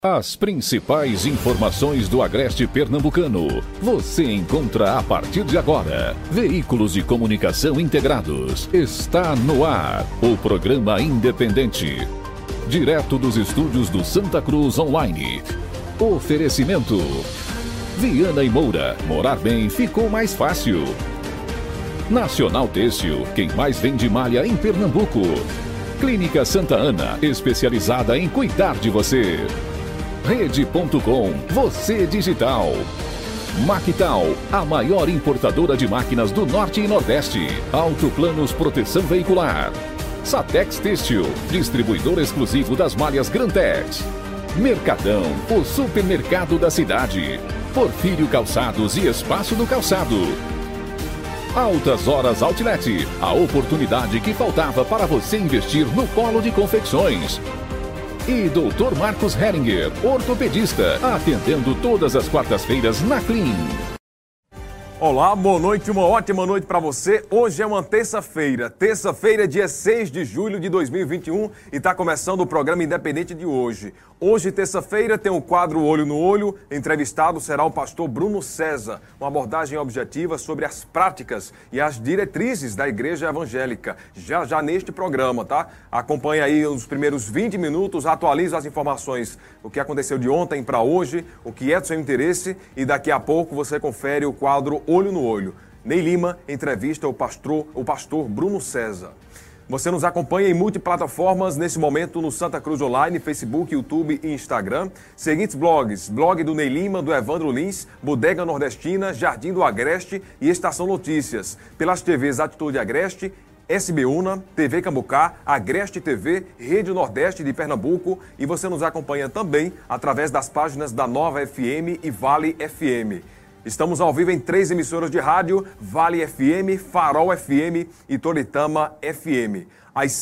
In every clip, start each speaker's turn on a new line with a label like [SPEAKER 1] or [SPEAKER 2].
[SPEAKER 1] As principais informações do Agreste Pernambucano você encontra a partir de agora. Veículos de comunicação integrados. Está no ar o programa independente. Direto dos estúdios do Santa Cruz Online. Oferecimento. Viana e Moura. Morar bem ficou mais fácil. Nacional Têxtil. Quem mais vende malha em Pernambuco. Clínica Santa Ana. Especializada em cuidar de você. Rede.com, você digital. Mactal, a maior importadora de máquinas do Norte e Nordeste. Autoplanos Proteção Veicular. Satex Têxtil, distribuidor exclusivo das malhas Grantex. Mercadão, o supermercado da cidade. Porfírio Calçados e Espaço do Calçado. Altas Horas Outlet, a oportunidade que faltava para você investir no polo de confecções. E Dr. Marcos Heringer, ortopedista, atendendo todas as quartas-feiras na Clean.
[SPEAKER 2] Olá, boa noite, uma ótima noite para você. Hoje é uma terça-feira, dia 6 de julho de 2021 e está começando o programa independente de hoje. Hoje, terça-feira, tem o quadro Olho no Olho. Entrevistado será o pastor Bruno César, uma abordagem objetiva sobre as práticas e as diretrizes da Igreja Evangélica. Já neste programa, tá? Acompanhe aí os primeiros 20 minutos, atualize as informações, o que aconteceu de ontem para hoje, o que é do seu interesse e daqui a pouco você confere o quadro Olho no Olho. Ney Lima entrevista o pastor Bruno César. Você nos acompanha em multiplataformas nesse momento no Santa Cruz Online, Facebook, YouTube e Instagram. Seguintes blogs: blog do Ney Lima, do Evandro Lins, Bodega Nordestina, Jardim do Agreste e Estação Notícias. Pelas TVs Atitude Agreste, SBUNA, TV Cambucá, Agreste TV, Rede Nordeste de Pernambuco e você nos acompanha também através das páginas da Nova FM e Vale FM. Estamos ao vivo em 3 emissoras de rádio, Vale FM, Farol FM e Toritama FM. Às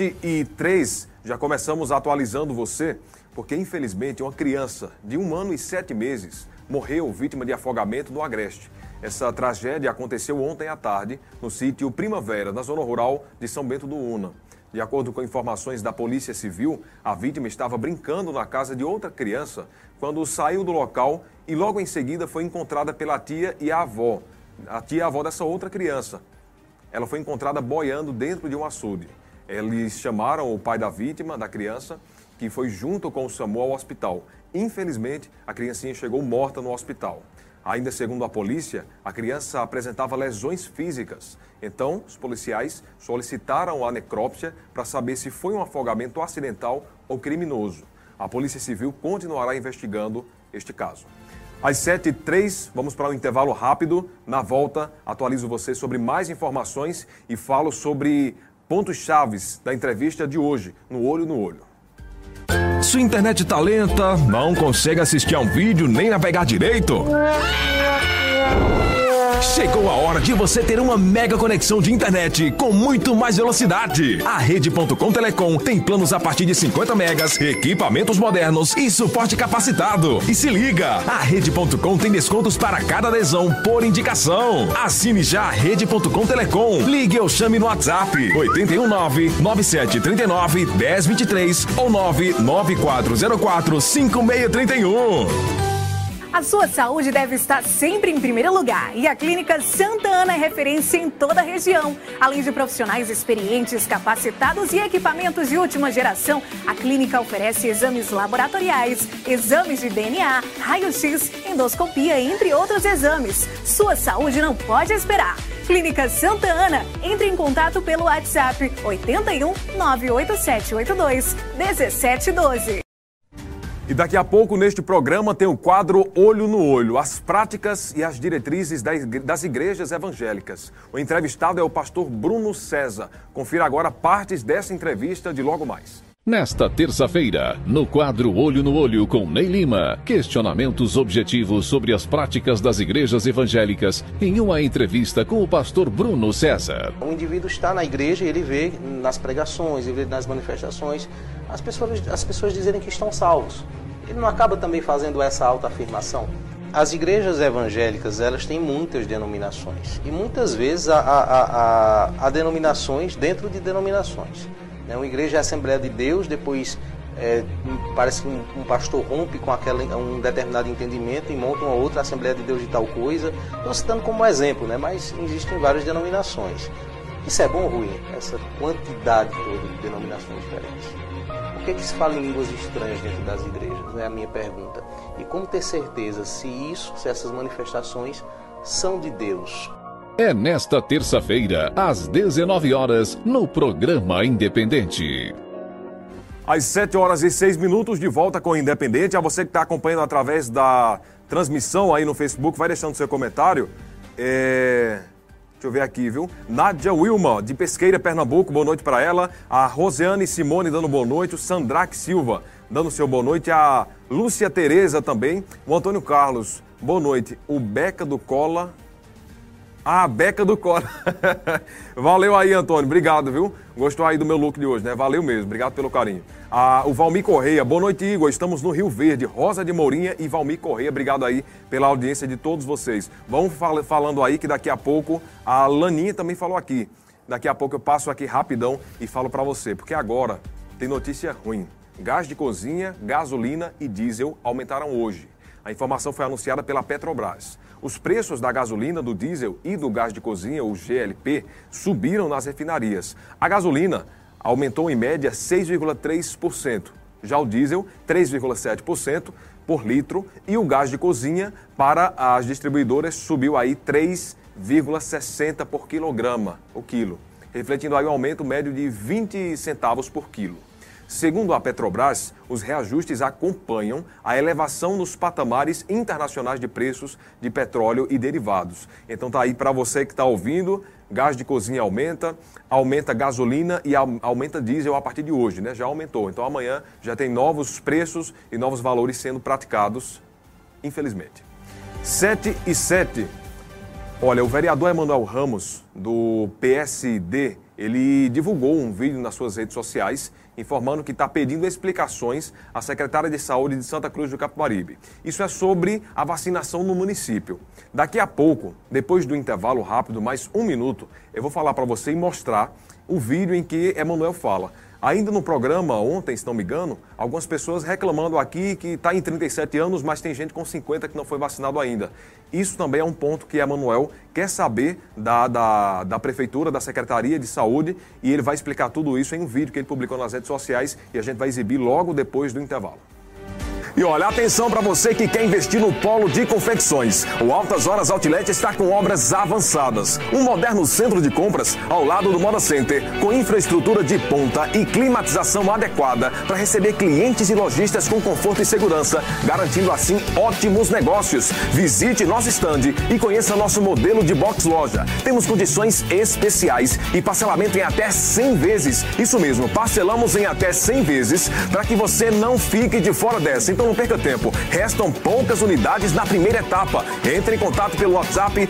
[SPEAKER 2] 7h03, já começamos atualizando você, porque infelizmente uma criança de 1 ano e 7 meses morreu vítima de afogamento no Agreste. Essa tragédia aconteceu ontem à tarde no sítio Primavera, na zona rural de São Bento do Una. De acordo com informações da Polícia Civil, a vítima estava brincando na casa de outra criança quando saiu do local e logo em seguida foi encontrada pela tia e a avó. A tia e a avó dessa outra criança. Ela foi encontrada boiando dentro de um açude. Eles chamaram o pai da vítima, da criança, que foi junto com o SAMU ao hospital. Infelizmente, a criancinha chegou morta no hospital. Ainda segundo a polícia, a criança apresentava lesões físicas. Então, os policiais solicitaram a necrópsia para saber se foi um afogamento acidental ou criminoso. A Polícia Civil continuará investigando este caso. Às 7h03, vamos para um intervalo rápido. Na volta, atualizo você sobre mais informações e falo sobre pontos chaves da entrevista de hoje, no Olho no Olho.
[SPEAKER 3] Sua internet tá lenta, não consegue assistir a um vídeo nem navegar direito? Chegou a hora de você ter uma mega conexão de internet com muito mais velocidade. A Rede.com Telecom tem planos a partir de 50 megas, equipamentos modernos e suporte capacitado. E se liga, a Rede.com tem descontos para cada adesão por indicação. Assine já a Rede.com Telecom. Ligue ou chame no WhatsApp 819-9739-1023 ou 99404-5631.
[SPEAKER 4] A sua saúde deve estar sempre em primeiro lugar e a Clínica Santa Ana é referência em toda a região. Além de profissionais experientes, capacitados e equipamentos de última geração, a clínica oferece exames laboratoriais, exames de DNA, raio-x, endoscopia, entre outros exames. Sua saúde não pode esperar. Clínica Santa Ana, entre em contato pelo WhatsApp 81 98782 1712.
[SPEAKER 2] E daqui a pouco, neste programa, tem o quadro Olho no Olho, as práticas e as diretrizes das igrejas evangélicas. O entrevistado é o pastor Bruno César. Confira agora partes dessa entrevista de logo mais.
[SPEAKER 1] Nesta terça-feira, no quadro Olho no Olho com Ney Lima, questionamentos objetivos sobre as práticas das igrejas evangélicas em uma entrevista com o pastor Bruno César.
[SPEAKER 5] O indivíduo está na igreja e ele vê nas pregações, ele vê nas manifestações, as pessoas dizerem que estão salvos. Ele não acaba também fazendo essa autoafirmação? As igrejas evangélicas, elas têm muitas denominações e muitas vezes há denominações dentro de denominações. Uma igreja é a Assembleia de Deus, depois parece que um pastor rompe com um determinado entendimento e monta uma outra Assembleia de Deus de tal coisa. Estou citando como exemplo, né? Mas existem várias denominações. Isso é bom ou ruim? Essa quantidade toda de denominações diferentes. Por que se fala em línguas estranhas dentro das igrejas? É a minha pergunta. E como ter certeza se essas manifestações são de Deus?
[SPEAKER 1] É nesta terça-feira, às 19 horas, no Programa Independente.
[SPEAKER 2] Às 7h06, de volta com o Independente. A você que está acompanhando através da transmissão aí no Facebook, vai deixando seu comentário. Deixa eu ver aqui, viu? Nádia Wilma, de Pesqueira, Pernambuco, boa noite para ela. A Rosiane Simone dando boa noite. O Sandraque Silva dando seu boa noite. A Lúcia Tereza também. O Antônio Carlos, boa noite. O Beca do Cola. Beca do Cola. Valeu aí, Antônio. Obrigado, viu? Gostou aí do meu look de hoje, né? Valeu mesmo. Obrigado pelo carinho. O Valmir Correia. Boa noite, Igor. Estamos no Rio Verde. Rosa de Mourinha e Valmir Correia. Obrigado aí pela audiência de todos vocês. Vamos falando aí que daqui a pouco a Laninha também falou aqui. Daqui a pouco eu passo aqui rapidão e falo pra você. Porque agora tem notícia ruim. Gás de cozinha, gasolina e diesel aumentaram hoje. A informação foi anunciada pela Petrobras. Os preços da gasolina, do diesel e do gás de cozinha, o GLP, subiram nas refinarias. A gasolina aumentou em média 6,3%. Já o diesel, 3,7% por litro. E o gás de cozinha, para as distribuidoras, subiu aí 3,60 por quilograma, o quilo. Refletindo aí um aumento médio de 20 centavos por quilo. Segundo a Petrobras, os reajustes acompanham a elevação nos patamares internacionais de preços de petróleo e derivados. Então tá aí para você que está ouvindo, gás de cozinha aumenta gasolina e aumenta diesel a partir de hoje, né? Já aumentou. Então amanhã já tem novos preços e novos valores sendo praticados, infelizmente. 7h07. Olha, o vereador Emanuel Ramos, do PSD, ele divulgou um vídeo nas suas redes sociais informando que está pedindo explicações à secretária de Saúde de Santa Cruz do Capibaribe. Isso é sobre a vacinação no município. Daqui a pouco, depois do intervalo rápido, mais 1 minuto, eu vou falar para você e mostrar o vídeo em que Emanuel fala. Ainda no programa ontem, se não me engano, algumas pessoas reclamando aqui que está em 37 anos, mas tem gente com 50 que não foi vacinado ainda. Isso também é um ponto que Emanuel quer saber da Prefeitura, da Secretaria de Saúde, e ele vai explicar tudo isso em um vídeo que ele publicou nas redes sociais e a gente vai exibir logo depois do intervalo. E olha, atenção para você que quer investir no polo de confecções. O Altas Horas Outlet está com obras avançadas. Um moderno centro de compras ao lado do Moda Center, com infraestrutura de ponta e climatização adequada para receber clientes e lojistas com conforto e segurança, garantindo assim ótimos negócios. Visite nosso stand e conheça nosso modelo de box loja. Temos condições especiais e parcelamento em até 100 vezes. Isso mesmo, parcelamos em até 100 vezes para que você não fique de fora dessa. Então não perca tempo, restam poucas unidades na primeira etapa. Entre em contato pelo WhatsApp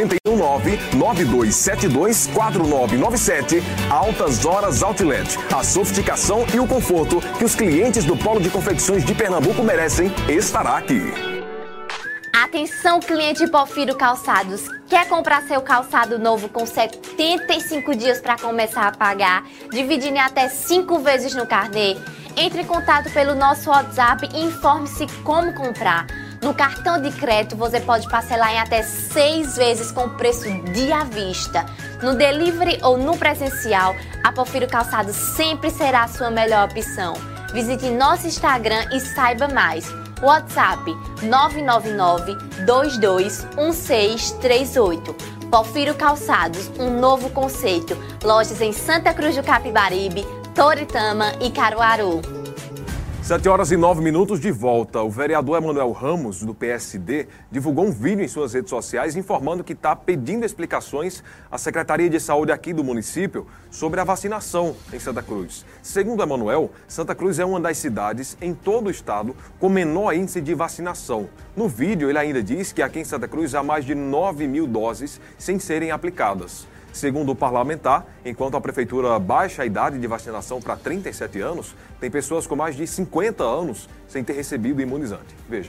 [SPEAKER 2] 819-9272-4997. Altas Horas Outlet. A sofisticação e o conforto que os clientes do Polo de Confecções de Pernambuco merecem estará aqui.
[SPEAKER 6] Atenção, cliente Porfírio Calçados. Quer comprar seu calçado novo com 75 dias para começar a pagar, dividindo em até 5 vezes no carnê? Entre em contato pelo nosso WhatsApp e informe-se como comprar. No cartão de crédito você pode parcelar em até 6 vezes com preço de à vista. No delivery ou no presencial, a Porfírio Calçados sempre será a sua melhor opção. Visite nosso Instagram e saiba mais. WhatsApp 999-221638. Porfírio Calçados, um novo conceito. Lojas em Santa Cruz do Capibaribe, Toritama e Caruaru.
[SPEAKER 2] 7h09 de volta. O vereador Emanuel Ramos, do PSD, divulgou um vídeo em suas redes sociais informando que está pedindo explicações à Secretaria de Saúde aqui do município sobre a vacinação em Santa Cruz. Segundo Emanuel, Santa Cruz é uma das cidades em todo o estado com menor índice de vacinação. No vídeo, ele ainda diz que aqui em Santa Cruz há mais de 9.000 doses sem serem aplicadas. Segundo o parlamentar, enquanto a prefeitura baixa a idade de vacinação para 37 anos, tem pessoas com mais de 50 anos sem ter recebido o imunizante. Veja.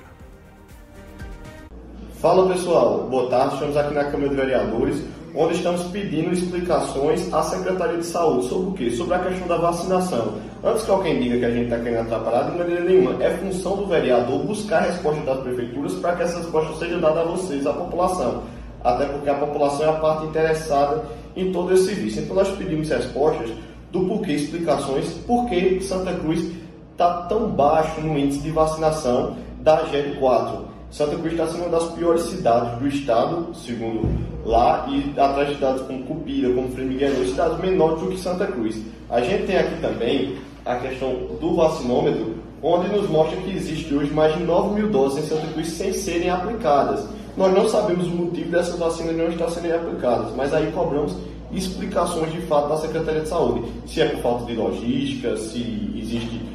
[SPEAKER 7] Fala pessoal, boa tarde, estamos aqui na Câmara de Vereadores, onde estamos pedindo explicações à Secretaria de Saúde sobre o quê? Sobre a questão da vacinação. Antes que alguém diga que a gente está querendo atrapalhar, de maneira nenhuma. É função do vereador buscar respostas das prefeituras para que essas respostas sejam dadas a vocês, à população. Até porque a população é a parte interessada em todo esse serviço. Então nós pedimos respostas do porquê, explicações, por que Santa Cruz está tão baixo no índice de vacinação da GL4. Santa Cruz está sendo uma das piores cidades do estado, segundo lá, e atrás de cidades como Cupira, como Frei Miguel, cidades menores do que Santa Cruz. A gente tem aqui também a questão do vacinômetro, onde nos mostra que existe hoje mais de 9 mil doses em Santa Cruz sem serem aplicadas. Nós não sabemos o motivo dessas vacinas não estarem sendo aplicadas, mas aí cobramos explicações de fato da Secretaria de Saúde. Se é por falta de logística, se existe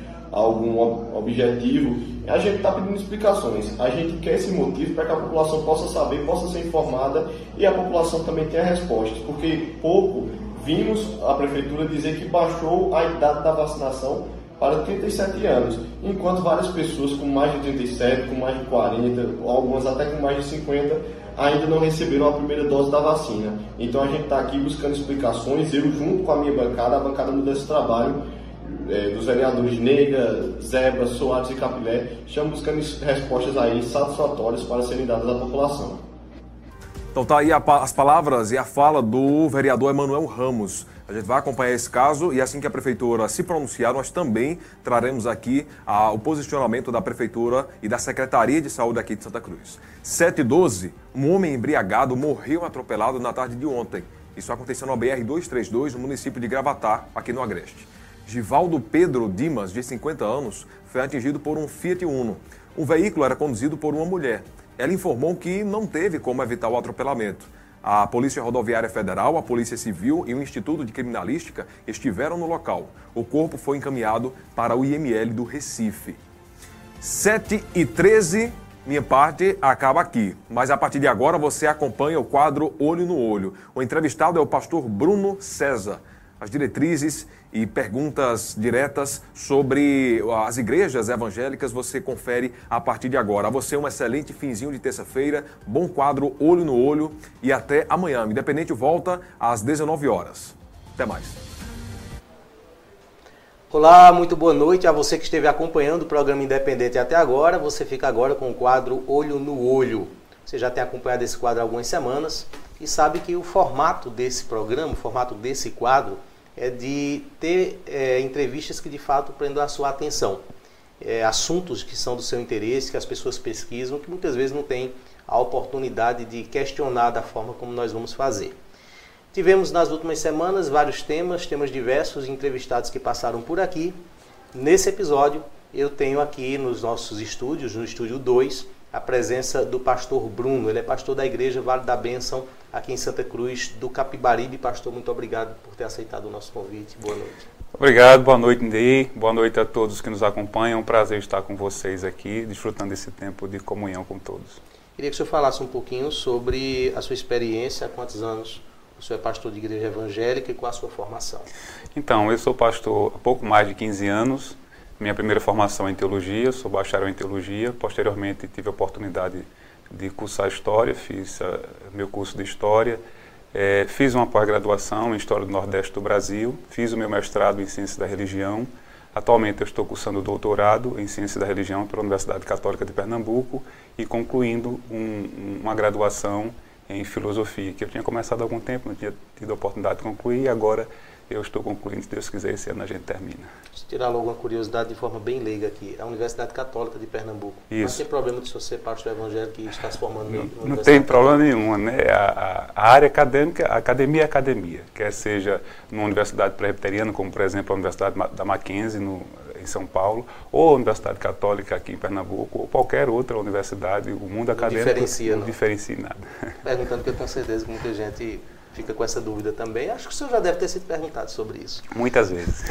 [SPEAKER 7] algum objetivo, a gente está pedindo explicações. A gente quer esse motivo para que a população possa saber, possa ser informada e a população também tenha respostas, porque pouco vimos a Prefeitura dizer que baixou a idade da vacinação para 37 anos, enquanto várias pessoas com mais de 37, com mais de 40, algumas até com mais de 50, ainda não receberam a primeira dose da vacina. Então a gente está aqui buscando explicações, eu junto com a minha bancada, a bancada desse trabalho, dos vereadores Nega, Zebra, Soares e Capilé, estamos buscando respostas aí satisfatórias para serem dadas à população.
[SPEAKER 2] Então tá aí as palavras e a fala do vereador Emanuel Ramos. A gente vai acompanhar esse caso e assim que a Prefeitura se pronunciar, nós também traremos aqui o posicionamento da Prefeitura e da Secretaria de Saúde aqui de Santa Cruz. 7h12, um homem embriagado morreu atropelado na tarde de ontem. Isso aconteceu na BR-232, no município de Gravatá, aqui no Agreste. Givaldo Pedro Dimas, de 50 anos, foi atingido por um Fiat Uno. O veículo era conduzido por uma mulher. Ela informou que não teve como evitar o atropelamento. A Polícia Rodoviária Federal, a Polícia Civil e o Instituto de Criminalística estiveram no local. O corpo foi encaminhado para o IML do Recife. 7h13, minha parte acaba aqui. Mas a partir de agora você acompanha o quadro Olho no Olho. O entrevistado é o pastor Bruno César. As diretrizes e perguntas diretas sobre as igrejas evangélicas você confere a partir de agora. A você um excelente finzinho de terça-feira, bom quadro Olho no Olho e até amanhã. O Independente volta às 19 horas. Até mais.
[SPEAKER 5] Olá, muito boa noite a você que esteve acompanhando o programa Independente até agora. Você fica agora com o quadro Olho no Olho. Você já tem acompanhado esse quadro há algumas semanas e sabe que o formato desse programa, o formato desse quadro, é de ter entrevistas que de fato prendam a sua atenção. Assuntos que são do seu interesse, que as pessoas pesquisam, que muitas vezes não têm a oportunidade de questionar da forma como nós vamos fazer. Tivemos nas últimas semanas vários temas diversos, entrevistados que passaram por aqui. Nesse episódio eu tenho aqui nos nossos estúdios, no estúdio 2, a presença do pastor Bruno. Ele é pastor da Igreja Vale da Bênção, aqui em Santa Cruz do Capibaribe. Pastor, muito obrigado por ter aceitado o nosso convite. Boa noite.
[SPEAKER 8] Obrigado, boa noite, Ney. Boa noite a todos que nos acompanham. É um prazer estar com vocês aqui, desfrutando desse tempo de comunhão com todos.
[SPEAKER 5] Queria que o senhor falasse um pouquinho sobre a sua experiência, há quantos anos o senhor é pastor de igreja evangélica e qual a sua formação? Então, eu sou pastor há pouco mais de 15 anos. Minha primeira formação é em teologia, sou bacharel em teologia. Posteriormente tive a oportunidade de cursar História, fiz meu curso de História. Fiz uma pós-graduação em História do Nordeste do Brasil, fiz o meu mestrado em Ciências da Religião. Atualmente eu estou cursando o doutorado em Ciências da Religião pela Universidade Católica de Pernambuco e concluindo uma graduação em Filosofia, que eu tinha começado há algum tempo, não tinha tido a oportunidade de concluir e agora eu estou concluindo, se Deus quiser, esse ano a gente termina. Deixa eu tirar logo uma curiosidade de forma bem leiga aqui. A Universidade Católica de Pernambuco. Isso. Não tem problema de você ser pastor evangélico que está se formando na Universidade? Não tem problema nenhum, né? A área acadêmica, a academia é academia, quer seja numa universidade presbiteriana, como por exemplo a Universidade da Mackenzie, em São Paulo, ou a Universidade Católica aqui em Pernambuco, ou qualquer outra universidade, o mundo acadêmico não diferencia nada. Perguntando, porque eu tenho certeza que muita gente fica com essa dúvida também. Acho que o senhor já deve ter sido perguntado sobre isso. Muitas vezes.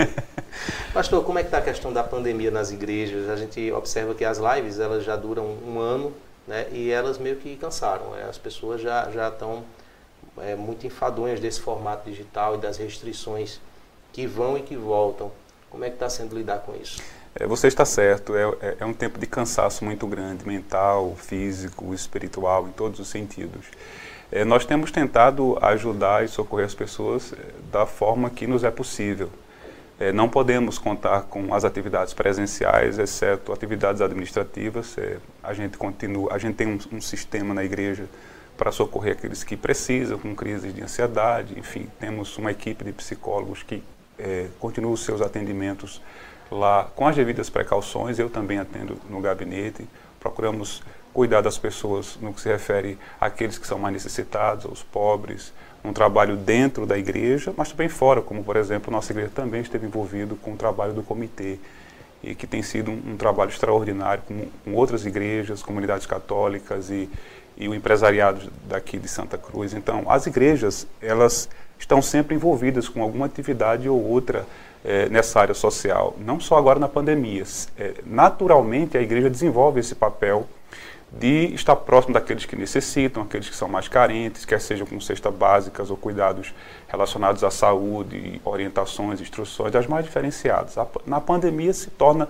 [SPEAKER 5] Pastor, como é que está a questão da pandemia nas igrejas? A gente observa que as lives elas já duram um ano, né, e elas meio que cansaram. As pessoas já estão muito enfadonhas desse formato digital e das restrições que vão e que voltam. Como é que está sendo lidar com isso? Você está certo, é um tempo de cansaço muito grande, mental, físico, espiritual, em todos os sentidos. Nós temos tentado ajudar e socorrer as pessoas da forma que nos é possível.
[SPEAKER 8] não podemos contar com as atividades presenciais, exceto atividades administrativas. A gente tem um sistema na igreja para socorrer aqueles que precisam, com crises de ansiedade. Enfim, temos uma equipe de psicólogos que continuam os seus atendimentos lá com as devidas precauções. Eu também atendo no gabinete. Procuramos cuidar das pessoas no que se refere àqueles que são mais necessitados, aos pobres, um trabalho dentro da igreja, mas também fora, como, por exemplo, nossa igreja também esteve envolvida com o trabalho do comitê, e que tem sido um trabalho extraordinário com outras igrejas, comunidades católicas e o empresariado daqui de Santa Cruz. Então, as igrejas, elas estão sempre envolvidas com alguma atividade ou outra nessa área social, não só agora na pandemia. Naturalmente, a igreja desenvolve esse papel de estar próximo daqueles que necessitam, aqueles que são mais carentes, quer sejam com cestas básicas ou cuidados relacionados à saúde, orientações, instruções, as mais diferenciadas. Na pandemia se torna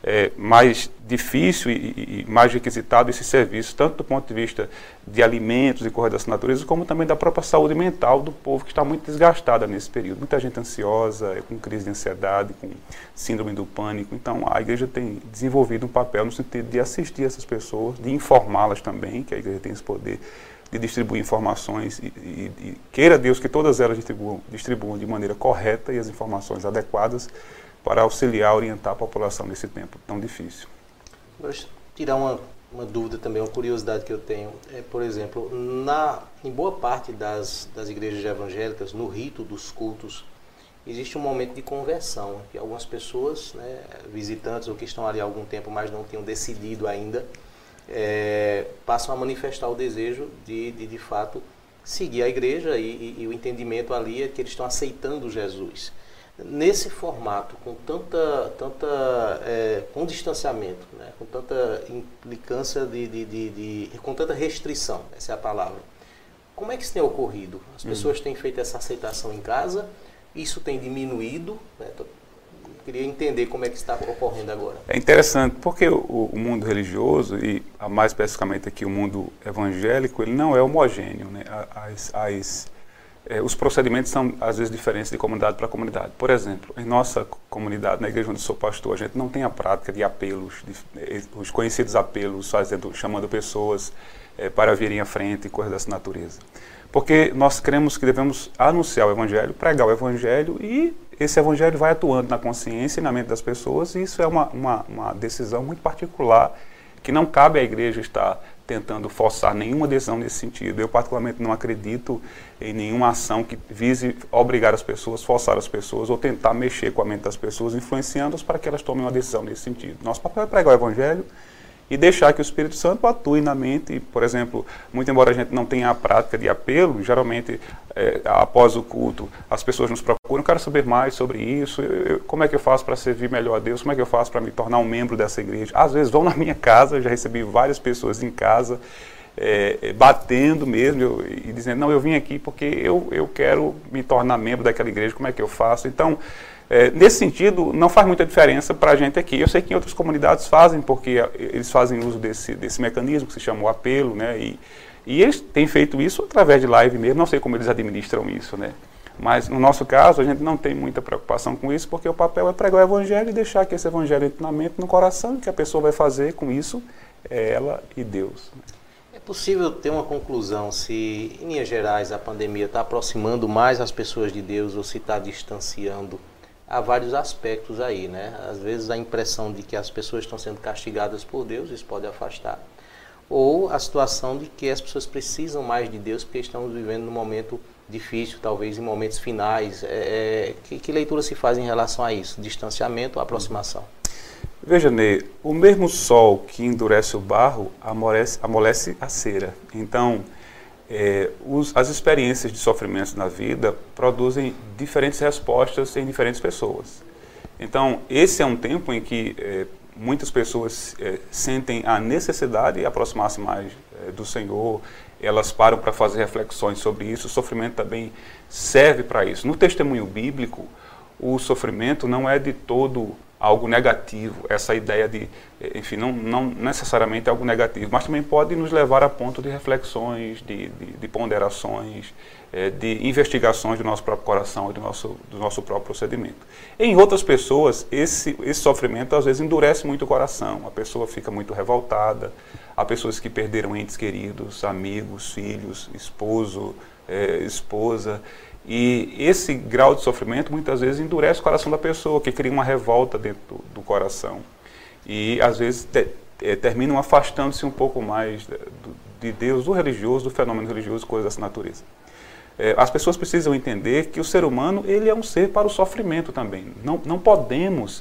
[SPEAKER 8] mais difícil e mais requisitado esse serviço, tanto do ponto de vista de alimentos e correção da natureza, como também da própria saúde mental do povo, que está muito desgastada nesse período. Muita gente ansiosa, com crise de ansiedade, com síndrome do pânico. Então, a igreja tem desenvolvido um papel no sentido de assistir essas pessoas, de informá-las também, que a igreja tem esse poder de distribuir informações e queira Deus que todas elas distribuam de maneira correta e as informações adequadas para auxiliar, orientar a população nesse tempo tão difícil.
[SPEAKER 5] Vou tirar uma dúvida também, uma curiosidade que eu tenho. Por exemplo, em boa parte das igrejas evangélicas, no rito dos cultos, existe um momento de conversão, que algumas pessoas, né, visitantes ou que estão ali há algum tempo, mas não tinham decidido ainda, passam a manifestar o desejo de fato, seguir a igreja e o entendimento ali é que eles estão aceitando Jesus. Nesse formato, com com distanciamento, né, com tanta implicância com tanta restrição, essa é a palavra. Como é que isso tem ocorrido? As pessoas têm feito essa aceitação em casa, isso tem diminuído, né? Queria entender como é que está ocorrendo agora. É
[SPEAKER 8] interessante, porque o mundo religioso, e mais especificamente aqui o mundo evangélico, ele não é homogêneo, né? Os procedimentos são, às vezes, diferentes de comunidade para comunidade. Por exemplo, em nossa comunidade, na igreja onde sou pastor, a gente não tem a prática de apelos, os conhecidos apelos, chamando pessoas para virem à frente e coisas dessa natureza. Porque nós cremos que devemos anunciar o evangelho, pregar o evangelho, e esse evangelho vai atuando na consciência e na mente das pessoas, e isso é uma decisão muito particular, que não cabe à igreja estar tentando forçar nenhuma decisão nesse sentido. Eu, particularmente, não acredito em nenhuma ação que vise obrigar as pessoas, forçar as pessoas, ou tentar mexer com a mente das pessoas, influenciando-as para que elas tomem uma decisão nesse sentido. Nosso papel é pregar o evangelho e deixar que o Espírito Santo atue na mente. Por exemplo, muito embora a gente não tenha a prática de apelo, geralmente, após o culto, as pessoas nos procuram, quero saber mais sobre isso, como é que eu faço para servir melhor a Deus, como é que eu faço para me tornar um membro dessa igreja. Às vezes vão na minha casa, eu já recebi várias pessoas em casa, batendo mesmo e dizendo, não, eu vim aqui porque eu quero me tornar membro daquela igreja, como é que eu faço? Então, nesse sentido, não faz muita diferença para a gente aqui. Eu sei que em outras comunidades fazem, porque eles fazem uso desse mecanismo que se chama o apelo, né? E eles têm feito isso através de live mesmo, não sei como eles administram isso, né? Mas no nosso caso, a gente não tem muita preocupação com isso, porque o papel é pregar o evangelho e deixar que esse evangelho entre na mente, no coração, e o que a pessoa vai fazer com isso é ela e Deus.
[SPEAKER 5] É possível ter uma conclusão se, em linhas gerais, a pandemia está aproximando mais as pessoas de Deus ou se está distanciando? Há vários aspectos aí, né? Às vezes a impressão de que as pessoas estão sendo castigadas por Deus, isso pode afastar. Ou a situação de que as pessoas precisam mais de Deus porque estamos vivendo num momento difícil, talvez em momentos finais. Que leitura se faz em relação a isso? Distanciamento ou aproximação?
[SPEAKER 8] Veja, Ney, o mesmo sol que endurece o barro amolece a cera. Então, as experiências de sofrimentos na vida produzem diferentes respostas em diferentes pessoas. Então, esse é um tempo em que muitas pessoas sentem a necessidade de aproximar-se mais do Senhor, elas param para fazer reflexões sobre isso. O sofrimento também serve para isso. No testemunho bíblico, o sofrimento não é de todo algo negativo, essa ideia de, enfim, não necessariamente algo negativo, mas também pode nos levar a ponto de reflexões, de ponderações, de investigações do nosso próprio coração e do nosso próprio procedimento. Em outras pessoas, esse sofrimento às vezes endurece muito o coração, a pessoa fica muito revoltada, há pessoas que perderam entes queridos, amigos, filhos, esposo, esposa, e esse grau de sofrimento muitas vezes endurece o coração da pessoa, que cria uma revolta dentro do coração. E às vezes terminam afastando-se um pouco mais de Deus, do religioso, do fenômeno religioso, coisas dessa natureza. As pessoas precisam entender que o ser humano ele é um ser para o sofrimento também. Não podemos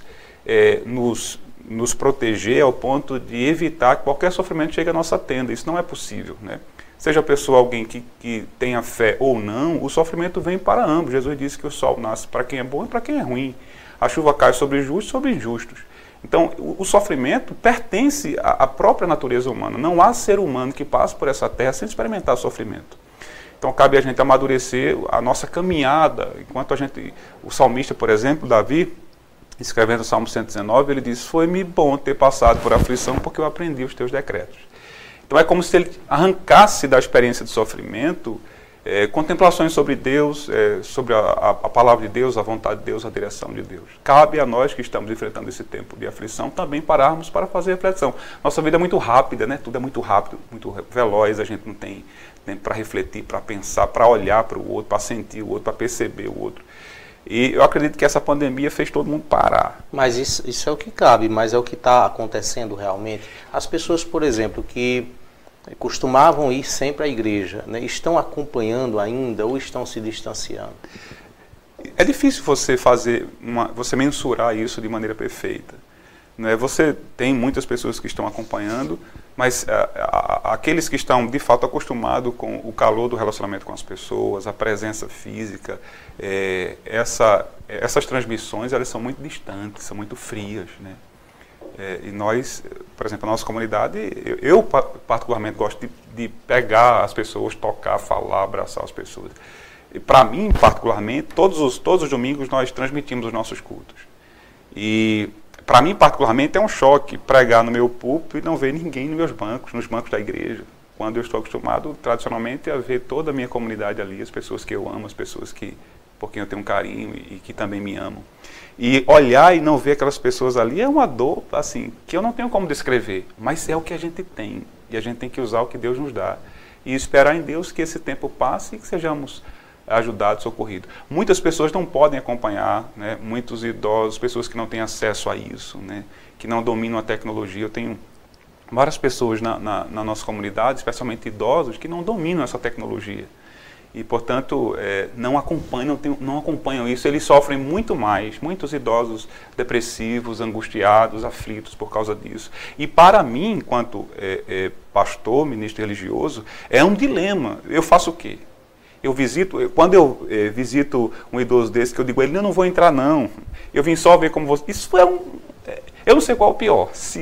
[SPEAKER 8] nos proteger ao ponto de evitar que qualquer sofrimento chegue à nossa tenda. Isso não é possível, né? Seja a pessoa alguém que tenha fé ou não, o sofrimento vem para ambos. Jesus disse que o sol nasce para quem é bom e para quem é ruim. A chuva cai sobre justos e sobre injustos. Então, o sofrimento pertence à própria natureza humana. Não há ser humano que passe por essa terra sem experimentar sofrimento. Então, cabe a gente amadurecer a nossa caminhada. Enquanto o salmista, por exemplo, Davi, escrevendo o Salmo 119, ele diz: foi-me bom ter passado por aflição porque eu aprendi os teus decretos. Então é como se ele arrancasse da experiência de sofrimento contemplações sobre Deus, sobre a palavra de Deus, a vontade de Deus, a direção de Deus. Cabe a nós que estamos enfrentando esse tempo de aflição também pararmos para fazer reflexão. Nossa vida é muito rápida, né? Tudo é muito rápido, muito veloz, a gente não tem tempo para refletir, para pensar, para olhar para o outro, para sentir o outro, para perceber o outro. E eu acredito que essa pandemia fez todo mundo parar.
[SPEAKER 5] Mas isso é o que cabe, mas é o que está acontecendo realmente. As pessoas, por exemplo, que costumavam ir sempre à igreja, né, estão acompanhando ainda ou estão se distanciando?
[SPEAKER 8] É difícil você mensurar isso de maneira perfeita. Né? Você tem muitas pessoas que estão acompanhando, mas aqueles que estão de fato acostumados com o calor do relacionamento com as pessoas, a presença física, essas transmissões elas são muito distantes, são muito frias, né? E nós, por exemplo, a nossa comunidade, eu particularmente gosto de pegar as pessoas, tocar, falar, abraçar as pessoas. E para mim, particularmente, todos os domingos nós transmitimos os nossos cultos. E para mim, particularmente, é um choque pregar no meu púlpito e não ver ninguém nos bancos da igreja. Quando eu estou acostumado, tradicionalmente, a ver toda a minha comunidade ali, as pessoas que eu amo, as pessoas por quem eu tenho um carinho e que também me amam. E olhar e não ver aquelas pessoas ali é uma dor, assim, que eu não tenho como descrever, mas é o que a gente tem. E a gente tem que usar o que Deus nos dá. E esperar em Deus que esse tempo passe e que sejamos ajudados, socorridos. Muitas pessoas não podem acompanhar, né? Muitos idosos, pessoas que não têm acesso a isso, né? Que não dominam a tecnologia. Eu tenho várias pessoas na nossa comunidade, especialmente idosos, que não dominam essa tecnologia. E, portanto, não acompanham isso, eles sofrem muito mais, muitos idosos depressivos, angustiados, aflitos por causa disso. E para mim, enquanto pastor, ministro religioso, é um dilema. Eu faço o quê? Quando eu visito um idoso desse, que eu digo a ele, eu não vou entrar não, eu vim só ver como você... Isso eu não sei qual é o pior, se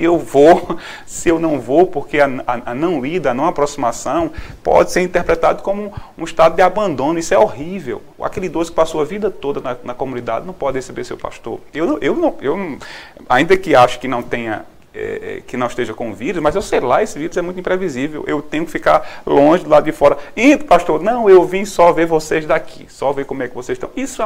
[SPEAKER 8] eu não vou, porque a não ida, a não aproximação pode ser interpretado como um estado de abandono. Isso é horrível. Aquele idoso que passou a vida toda na comunidade não pode receber seu pastor. Eu ainda que acho que não tenha, que não esteja com vírus, mas eu sei lá, esse vírus é muito imprevisível. Eu tenho que ficar longe, do lado de fora. Entra, pastor, não, eu vim só ver vocês daqui, só ver como é que vocês estão. Isso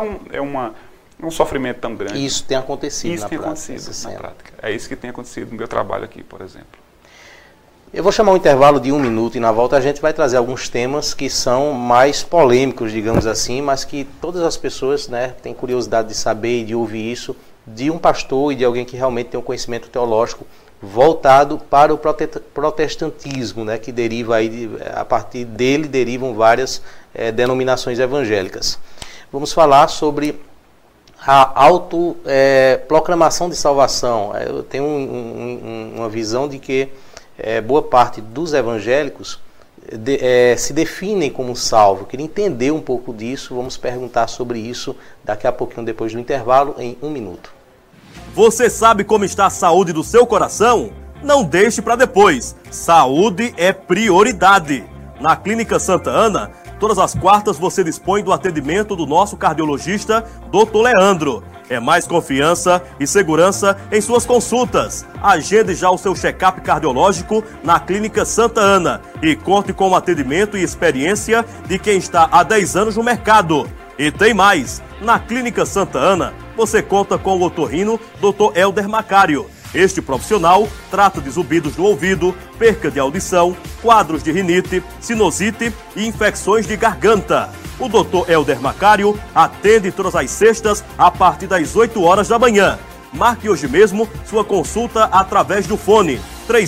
[SPEAKER 8] um sofrimento tão grande.
[SPEAKER 5] Isso tem acontecido
[SPEAKER 8] na prática. É isso que tem acontecido no meu trabalho aqui, por exemplo.
[SPEAKER 5] Eu vou chamar um intervalo de 1 minuto e na volta a gente vai trazer alguns temas que são mais polêmicos, digamos assim, mas que todas as pessoas, né, têm curiosidade de saber e de ouvir isso de um pastor e de alguém que realmente tem um conhecimento teológico voltado para o protestantismo, né, que deriva aí, a partir dele derivam várias denominações evangélicas. Vamos falar sobre a autoproclamação de salvação. Eu tenho uma visão de que boa parte dos evangélicos se definem como salvos. Queria entender um pouco disso, vamos perguntar sobre isso daqui a pouquinho, depois do intervalo, em 1 minuto.
[SPEAKER 9] Você sabe como está a saúde do seu coração? Não deixe para depois. Saúde é prioridade. Na Clínica Santa Ana, todas as quartas você dispõe do atendimento do nosso cardiologista, Dr. Leandro. É mais confiança e segurança em suas consultas. Agende já o seu check-up cardiológico na Clínica Santa Ana e conte com o atendimento e experiência de quem está há 10 anos no mercado. E tem mais, na Clínica Santa Ana você conta com o otorrino Dr. Helder Macário. Este profissional trata de zumbidos no ouvido, perca de audição, quadros de rinite, sinusite e infecções de garganta. O Dr. Helder Macário atende todas as sextas a partir das 8 horas da manhã. Marque hoje mesmo sua consulta através do fone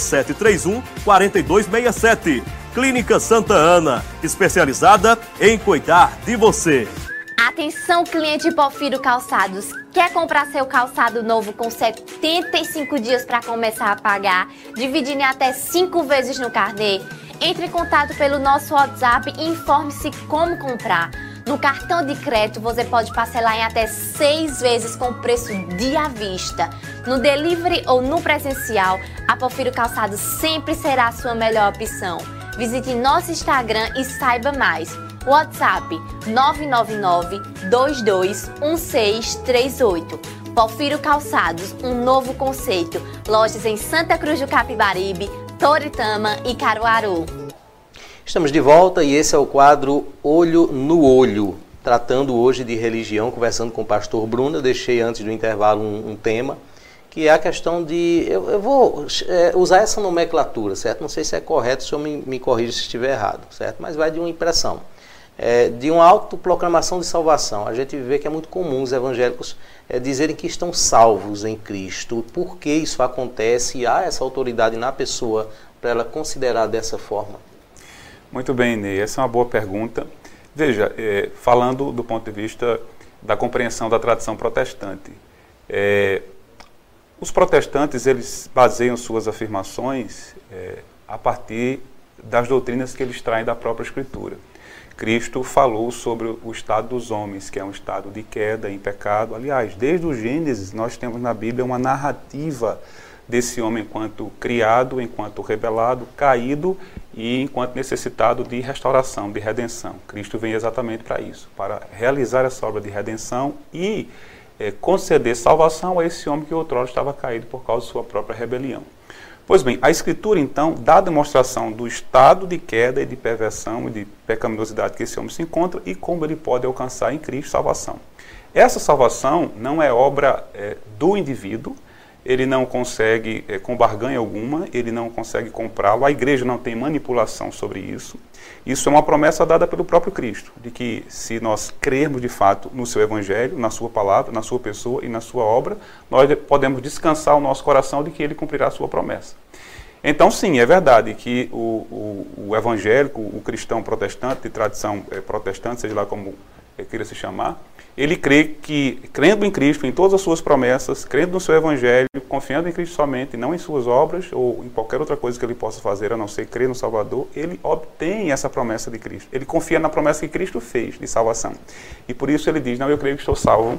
[SPEAKER 9] 3731-4267. Clínica Santa Ana, especializada em cuidar de você.
[SPEAKER 6] Atenção, cliente Porfírio Calçados. Quer comprar seu calçado novo com 75 dias para começar a pagar, dividindo em até 5 vezes no carnê? Entre em contato pelo nosso WhatsApp e informe-se como comprar. No cartão de crédito você pode parcelar em até 6 vezes com preço de à vista. No delivery ou no presencial, a Porfírio Calçados sempre será a sua melhor opção. Visite nosso Instagram e saiba mais. WhatsApp 999-221638. Porfírio Calçados, um novo conceito. Lojas em Santa Cruz do Capibaribe, Toritama e Caruaru.
[SPEAKER 5] Estamos de volta e esse é o quadro Olho no Olho, tratando hoje de religião, conversando com o pastor Bruno. Eu deixei antes do intervalo um tema, que é a questão de... Eu vou usar essa nomenclatura, certo? Não sei se é correto, o senhor me corrija se estiver errado, certo? Mas vai de uma impressão. De uma autoproclamação de salvação. A gente vê que é muito comum os evangélicos dizerem que estão salvos em Cristo. Por que isso acontece e há essa autoridade na pessoa para ela considerar dessa forma?
[SPEAKER 8] Muito bem, Ney. Essa é uma boa pergunta. Veja, falando do ponto de vista da compreensão da tradição protestante, os protestantes eles baseiam suas afirmações a partir das doutrinas que eles traem da própria Escritura. Cristo falou sobre o estado dos homens, que é um estado de queda, em pecado. Aliás, desde o Gênesis, nós temos na Bíblia uma narrativa desse homem enquanto criado, enquanto rebelado, caído e enquanto necessitado de restauração, de redenção. Cristo vem exatamente para isso, para realizar essa obra de redenção e conceder salvação a esse homem que outrora estava caído por causa de sua própria rebelião. Pois bem, a Escritura, então, dá a demonstração do estado de queda e de perversão e de pecaminosidade que esse homem se encontra e como ele pode alcançar em Cristo salvação. Essa salvação não é obra do indivíduo, ele não consegue, com barganha alguma, ele não consegue comprá-lo, a igreja não tem manipulação sobre isso. Isso é uma promessa dada pelo próprio Cristo, de que se nós crermos de fato no seu evangelho, na sua palavra, na sua pessoa e na sua obra, nós podemos descansar o nosso coração de que ele cumprirá a sua promessa. Então sim, é verdade que o evangélico, o cristão protestante, de tradição protestante, seja lá como queira se chamar, ele crê que, crendo em Cristo, em todas as suas promessas, crendo no seu evangelho, confiando em Cristo somente, não em suas obras ou em qualquer outra coisa que ele possa fazer, a não ser crer no Salvador, ele obtém essa promessa de Cristo. Ele confia na promessa que Cristo fez de salvação. E por isso ele diz, não, eu creio que estou salvo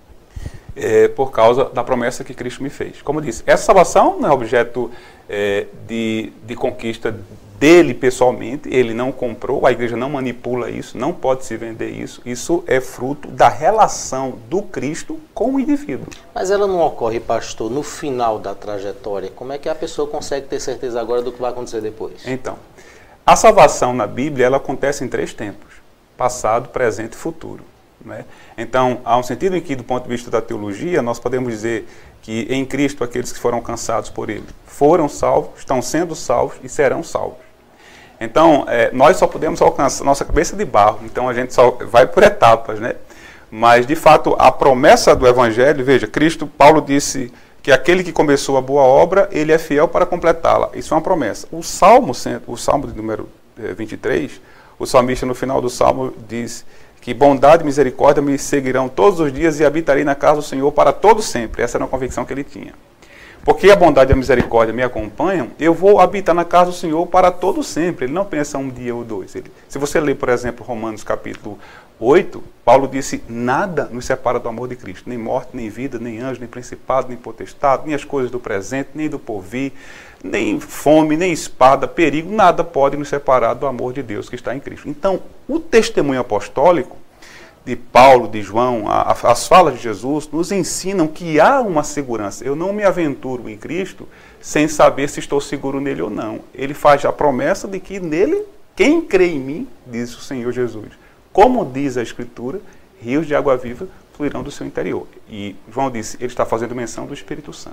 [SPEAKER 8] por causa da promessa que Cristo me fez. Como eu disse, essa salvação não é objeto de conquista dele pessoalmente, ele não comprou, a igreja não manipula isso, não pode se vender isso, isso é fruto da relação do Cristo com o indivíduo.
[SPEAKER 5] Mas ela não ocorre, pastor, no final da trajetória? Como é que a pessoa consegue ter certeza agora do que vai acontecer depois?
[SPEAKER 8] Então, a salvação na Bíblia, ela acontece em 3 tempos, passado, presente e futuro. Né? Então, há um sentido em que, do ponto de vista da teologia, nós podemos dizer que em Cristo aqueles que foram alcançados por Ele foram salvos, estão sendo salvos e serão salvos. Então, nós só podemos alcançar nossa cabeça de barro, então a gente só vai por etapas, né? Mas, de fato, a promessa do Evangelho, veja, Paulo disse que aquele que começou a boa obra, ele é fiel para completá-la. Isso é uma promessa. O Salmo de número 23, o salmista no final do Salmo diz que bondade e misericórdia me seguirão todos os dias e habitarei na casa do Senhor para todo sempre. Essa era uma convicção que ele tinha. Porque a bondade e a misericórdia me acompanham, eu vou habitar na casa do Senhor para todo sempre. Ele não pensa um dia ou dois. Se você ler, por exemplo, Romanos capítulo 8, Paulo disse, nada nos separa do amor de Cristo. Nem morte, nem vida, nem anjo, nem principado, nem potestade, nem as coisas do presente, nem do porvir, nem fome, nem espada, perigo, nada pode nos separar do amor de Deus que está em Cristo. Então, o testemunho apostólico de Paulo, de João, as falas de Jesus, nos ensinam que há uma segurança. Eu não me aventuro em Cristo sem saber se estou seguro nele ou não. Ele faz a promessa de que nele, quem crê em mim, diz o Senhor Jesus, como diz a Escritura, rios de água viva fluirão do seu interior. E João disse, ele está fazendo menção do Espírito Santo.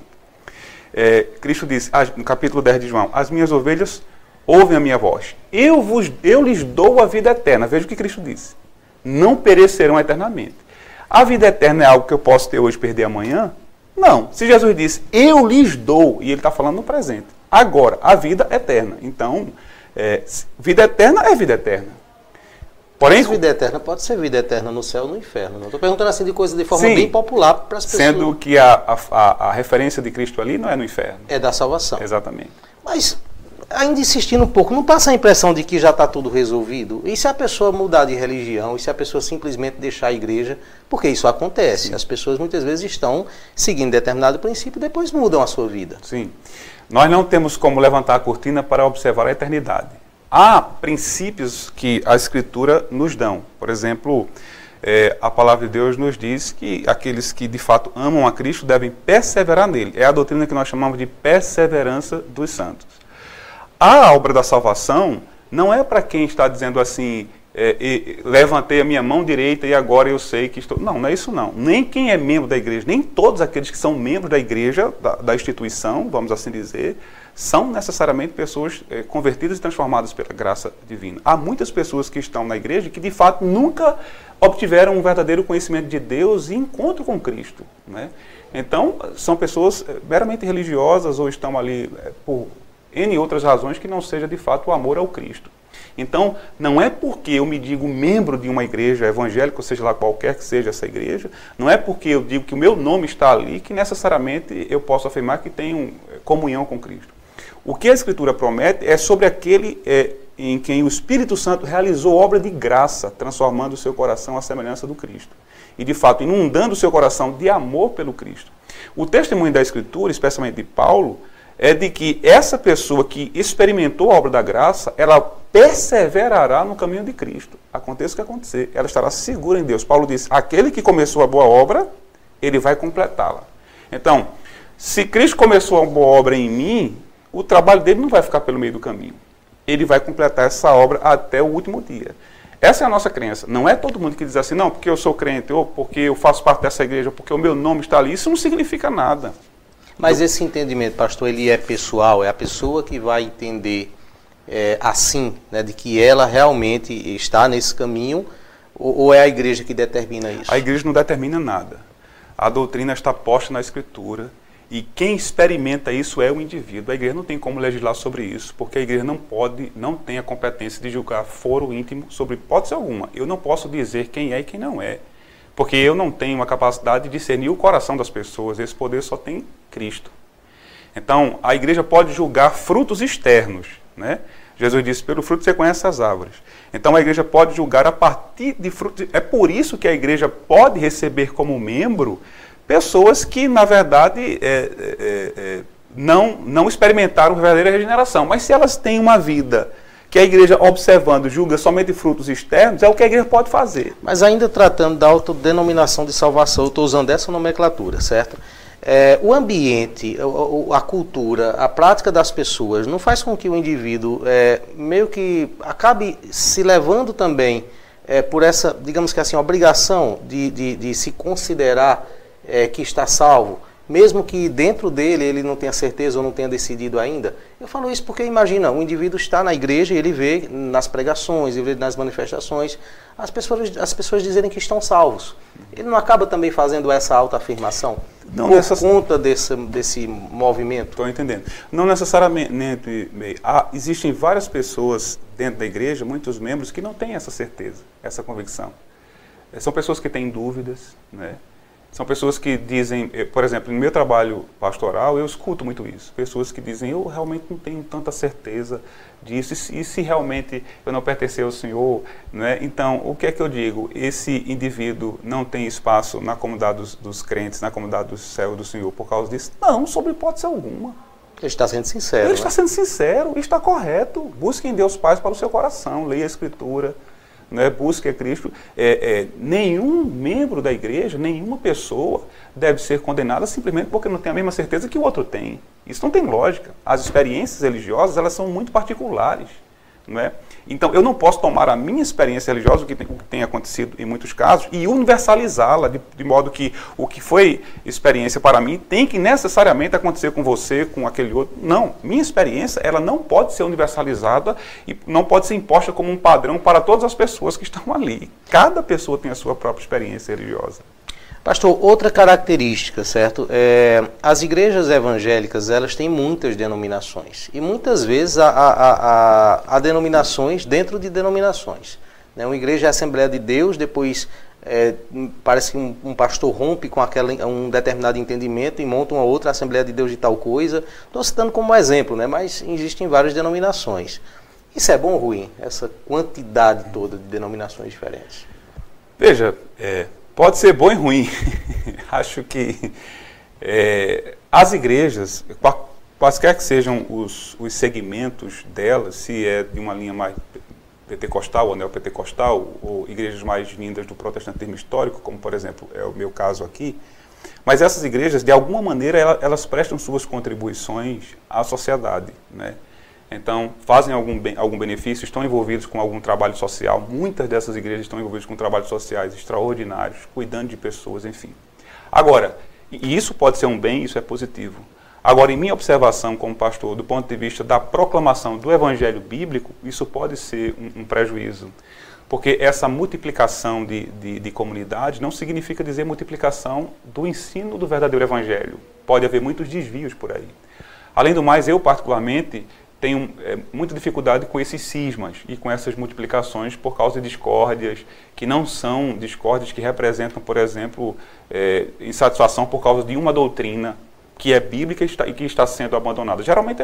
[SPEAKER 8] Cristo disse, no capítulo 10 de João, as minhas ovelhas ouvem a minha voz. Eu lhes dou a vida eterna. Veja o que Cristo disse. Não perecerão eternamente. A vida eterna é algo que eu posso ter hoje e perder amanhã? Não. Se Jesus disse, eu lhes dou, e ele está falando no presente. Agora, a vida eterna. Então, vida eterna é vida eterna. Porém,
[SPEAKER 5] vida eterna pode ser vida eterna no céu ou no inferno. Não estou perguntando assim de coisa de forma bem popular para as pessoas.
[SPEAKER 8] Sendo que a referência de Cristo ali não é no inferno.
[SPEAKER 5] É da salvação.
[SPEAKER 8] Exatamente.
[SPEAKER 5] Mas, ainda insistindo um pouco, não passa a impressão de que já está tudo resolvido? E se a pessoa mudar de religião? E se a pessoa simplesmente deixar a igreja? Porque isso acontece. Sim. As pessoas muitas vezes estão seguindo determinado princípio e depois mudam a sua vida.
[SPEAKER 8] Sim. Nós não temos como levantar a cortina para observar a eternidade. Há princípios que a Escritura nos dão. Por exemplo, a palavra de Deus nos diz que aqueles que de fato amam a Cristo devem perseverar nele. É a doutrina que nós chamamos de perseverança dos santos. A obra da salvação não é para quem está dizendo assim, levantei a minha mão direita e agora eu sei que estou... Não, não é isso não. Nem quem é membro da igreja, nem todos aqueles que são membros da igreja, da instituição, vamos assim dizer, são necessariamente pessoas convertidas e transformadas pela graça divina. Há muitas pessoas que estão na igreja que de fato nunca obtiveram um verdadeiro conhecimento de Deus e encontro com Cristo, né? Então, são pessoas meramente religiosas ou estão ali por N outras razões que não seja de fato o amor ao Cristo. Então, não é porque eu me digo membro de uma igreja evangélica, ou seja lá qualquer que seja essa igreja, não é porque eu digo que o meu nome está ali que necessariamente eu posso afirmar que tenho comunhão com Cristo. O que a Escritura promete é sobre aquele em quem o Espírito Santo realizou obra de graça, transformando o seu coração à semelhança do Cristo. E, de fato, inundando o seu coração de amor pelo Cristo. O testemunho da Escritura, especialmente de Paulo, é de que essa pessoa que experimentou a obra da graça, ela perseverará no caminho de Cristo. Aconteça o que acontecer, ela estará segura em Deus. Paulo diz, aquele que começou a boa obra, ele vai completá-la. Então, se Cristo começou a boa obra em mim, o trabalho dele não vai ficar pelo meio do caminho. Ele vai completar essa obra até o último dia. Essa é a nossa crença. Não é todo mundo que diz assim, não, porque eu sou crente, ou porque eu faço parte dessa igreja, ou porque o meu nome está ali. Isso não significa nada.
[SPEAKER 5] Mas esse entendimento, pastor, ele é pessoal, é a pessoa que vai entender assim, né, de que ela realmente está nesse caminho, ou é a igreja que determina isso? A
[SPEAKER 8] igreja não determina nada. A doutrina está posta na Escritura e quem experimenta isso é o indivíduo. A igreja não tem como legislar sobre isso, porque a igreja não tem a competência de julgar foro íntimo sobre hipótese alguma. Eu não posso dizer quem é e quem não é. Porque eu não tenho a capacidade de discernir o coração das pessoas. Esse poder só tem Cristo. Então, a igreja pode julgar frutos externos, né? Jesus disse, pelo fruto você conhece as árvores. Então, a igreja pode julgar a partir de frutos. É por isso que a igreja pode receber como membro pessoas que, na verdade, não experimentaram verdadeira regeneração. Mas se elas têm uma vida que a igreja, observando, julga somente frutos externos, é o que a igreja pode fazer.
[SPEAKER 5] Mas ainda tratando da autodenominação de salvação, eu estou usando essa nomenclatura, certo? O ambiente, a cultura, a prática das pessoas não faz com que o indivíduo meio que acabe se levando também por essa, digamos que assim, obrigação de se considerar que está salvo, mesmo que dentro dele ele não tenha certeza ou não tenha decidido ainda. Eu falo isso porque, imagina, o indivíduo está na igreja e ele vê nas pregações, ele vê nas manifestações, as pessoas dizerem que estão salvos. Ele não acaba também fazendo essa autoafirmação? Não, por conta desse movimento?
[SPEAKER 8] Estou entendendo. Não necessariamente. Existem várias pessoas dentro da igreja, muitos membros, que não têm essa certeza, essa convicção. São pessoas que têm dúvidas, né? São pessoas que dizem, por exemplo, no meu trabalho pastoral, eu escuto muito isso. Pessoas que dizem, eu realmente não tenho tanta certeza disso, e se realmente eu não pertencer ao Senhor, né? Então, o que é que eu digo? Esse indivíduo não tem espaço na comunidade dos crentes, na comunidade do céu do Senhor por causa disso? Não, sob hipótese alguma.
[SPEAKER 5] Ele está sendo sincero.
[SPEAKER 8] Ele está sendo sincero e está correto. Busque em Deus paz para o seu coração, leia a Escritura, né? Busque a Cristo. Nenhum membro da igreja, nenhuma pessoa deve ser condenada simplesmente porque não tem a mesma certeza que o outro tem. Isso não tem lógica. As experiências religiosas, elas são muito particulares, não é? Então, eu não posso tomar a minha experiência religiosa, o que tem acontecido em muitos casos, e universalizá-la, de modo que o que foi experiência para mim tem que necessariamente acontecer com você, com aquele outro. Não, minha experiência, ela não pode ser universalizada e não pode ser imposta como um padrão para todas as pessoas que estão ali. Cada pessoa tem a sua própria experiência religiosa.
[SPEAKER 5] Pastor, outra característica, certo? As igrejas evangélicas, elas têm muitas denominações. E muitas vezes há denominações dentro de denominações. Né? Uma igreja é a Assembleia de Deus, depois parece que um pastor rompe com um determinado entendimento e monta uma outra Assembleia de Deus de tal coisa. Estou citando como exemplo, né? Mas existem várias denominações. Isso é bom ou ruim? Essa quantidade toda de denominações diferentes?
[SPEAKER 8] Veja, pode ser bom e ruim. Acho que as igrejas, quaisquer que sejam os segmentos delas, se é de uma linha mais pentecostal ou neopentecostal, ou igrejas mais vindas do protestantismo histórico, como por exemplo é o meu caso aqui, mas essas igrejas, de alguma maneira, elas prestam suas contribuições à sociedade, né? Então, fazem algum benefício, estão envolvidos com algum trabalho social. Muitas dessas igrejas estão envolvidas com trabalhos sociais extraordinários, cuidando de pessoas, enfim. Agora, e isso pode ser um bem, isso é positivo. Agora, em minha observação como pastor, do ponto de vista da proclamação do evangelho bíblico, isso pode ser um prejuízo. Porque essa multiplicação de comunidades não significa dizer multiplicação do ensino do verdadeiro evangelho. Pode haver muitos desvios por aí. Além do mais, eu particularmente tenho muita dificuldade com esses cismas e com essas multiplicações por causa de discórdias, que não são discórdias que representam, por exemplo, insatisfação por causa de uma doutrina que é bíblica e que está sendo abandonada. Geralmente é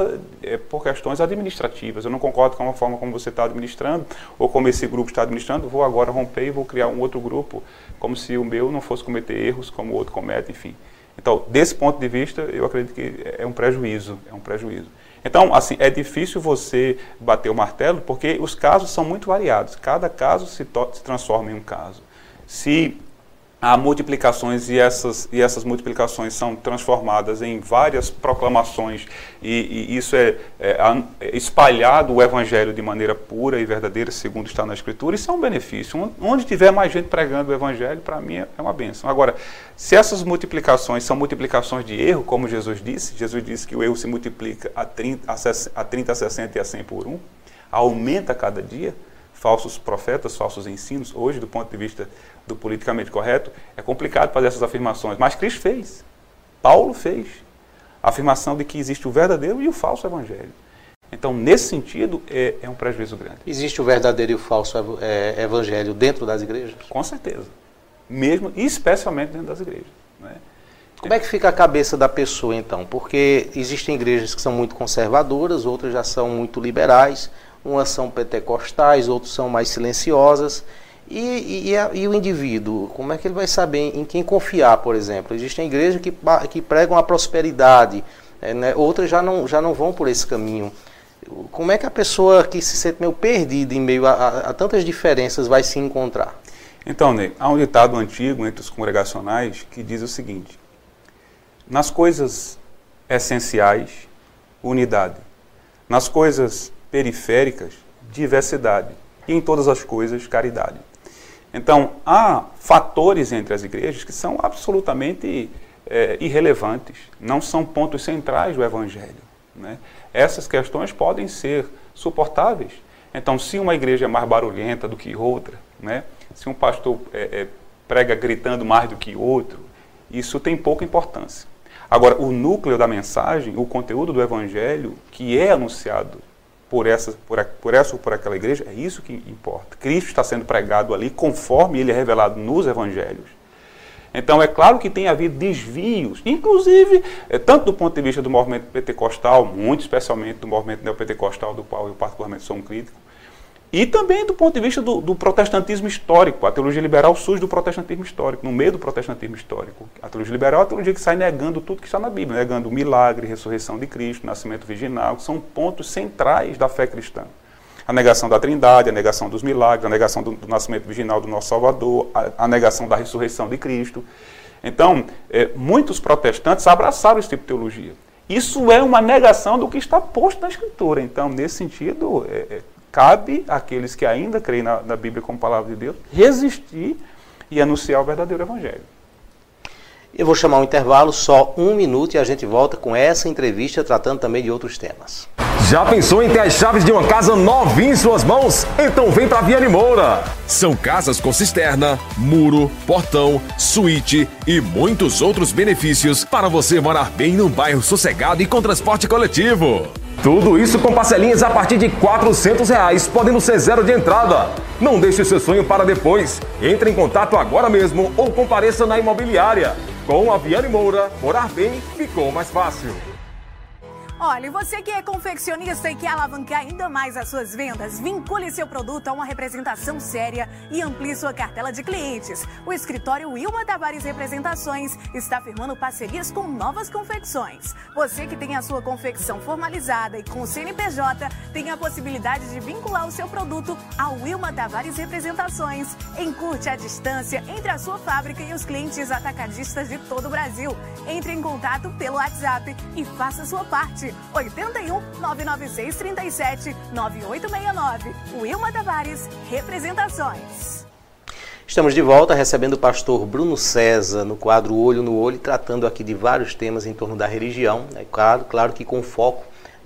[SPEAKER 8] por questões administrativas. Eu não concordo com a forma como você está administrando, ou como esse grupo está administrando, vou agora romper e vou criar um outro grupo, como se o meu não fosse cometer erros como o outro comete, enfim. Então, desse ponto de vista, eu acredito que é um prejuízo, Então, assim, é difícil você bater o martelo, porque os casos são muito variados. Cada caso se transforma em um caso. Se há multiplicações e essas multiplicações são transformadas em várias proclamações e isso é espalhado o evangelho de maneira pura e verdadeira, segundo está na Escritura, isso é um benefício. Onde tiver mais gente pregando o evangelho, para mim é uma bênção. Agora, se essas multiplicações são multiplicações de erro, como Jesus disse que o erro se multiplica a 30, a 60 e a 100 por 1, aumenta a cada dia, falsos profetas, falsos ensinos. Hoje, do ponto de vista do politicamente correto, é complicado fazer essas afirmações, mas Cristo fez, Paulo fez, a afirmação de que existe o verdadeiro e o falso evangelho. Então, nesse sentido, é um prejuízo grande.
[SPEAKER 5] Existe o verdadeiro e o falso evangelho dentro das igrejas?
[SPEAKER 8] Com certeza, mesmo e especialmente dentro das igrejas, né?
[SPEAKER 5] Como é que fica a cabeça da pessoa, então? Porque existem igrejas que são muito conservadoras, outras já são muito liberais, umas são pentecostais, outras são mais silenciosas. E o indivíduo, como é que ele vai saber em quem confiar, por exemplo? Existem igrejas que pregam a prosperidade, né? Outras já não vão por esse caminho. Como é que a pessoa que se sente meio perdida em meio a tantas diferenças vai se encontrar?
[SPEAKER 8] Então, Ney, há um ditado antigo entre os congregacionais que diz o seguinte: nas coisas essenciais, unidade. Nas coisas periféricas, diversidade. E em todas as coisas, caridade. Então, há fatores entre as igrejas que são absolutamente irrelevantes, não são pontos centrais do evangelho, né? Essas questões podem ser suportáveis. Então, se uma igreja é mais barulhenta do que outra, né? Se um pastor prega gritando mais do que outro, isso tem pouca importância. Agora, o núcleo da mensagem, o conteúdo do evangelho que é anunciado por essa ou por aquela igreja, é isso que importa. Cristo está sendo pregado ali conforme ele é revelado nos evangelhos. Então, é claro que tem havido desvios, inclusive, tanto do ponto de vista do movimento pentecostal, muito especialmente do movimento neopentecostal, do qual eu particularmente sou um crítico, E também do ponto de vista do protestantismo histórico. A teologia liberal surge do protestantismo histórico, no meio do protestantismo histórico. A teologia liberal é a teologia que sai negando tudo que está na Bíblia, negando o milagre, ressurreição de Cristo, nascimento virginal, que são pontos centrais da fé cristã. A negação da Trindade, a negação dos milagres, a negação do nascimento virginal do nosso Salvador, a negação da ressurreição de Cristo. Então, muitos protestantes abraçaram esse tipo de teologia. Isso é uma negação do que está posto na Escritura. Então, nesse sentido, cabe àqueles que ainda creem na Bíblia como palavra de Deus resistir e anunciar o verdadeiro Evangelho.
[SPEAKER 5] Eu vou chamar um intervalo, só 1 minuto, e a gente volta com essa entrevista tratando também de outros temas.
[SPEAKER 9] Já pensou em ter as chaves de uma casa novinha em suas mãos? Então vem para Viane Moura.
[SPEAKER 3] São casas com cisterna, muro, portão, suíte e muitos outros benefícios para você morar bem num bairro sossegado e com transporte coletivo.
[SPEAKER 9] Tudo isso com parcelinhas a partir de R$400, podendo ser 0 de entrada. Não deixe seu sonho para depois. Entre em contato agora mesmo ou compareça na imobiliária. Com a Viane Moura, morar bem ficou mais fácil.
[SPEAKER 4] Olha, e você que é confeccionista e quer alavancar ainda mais as suas vendas, vincule seu produto a uma representação séria e amplie sua cartela de clientes. O escritório Wilma Tavares Representações está firmando parcerias com novas confecções. Você que tem a sua confecção formalizada e com o CNPJ, tem a possibilidade de vincular o seu produto ao Wilma Tavares Representações. Encurte a distância entre a sua fábrica e os clientes atacadistas de todo o Brasil. Entre em contato pelo WhatsApp e faça sua parte. 81 996 37 9869. Wilma Tavares Representações.
[SPEAKER 5] Estamos de volta recebendo o pastor Bruno César no quadro Olho no Olho, tratando aqui de vários temas em torno da religião, né? Claro que com foco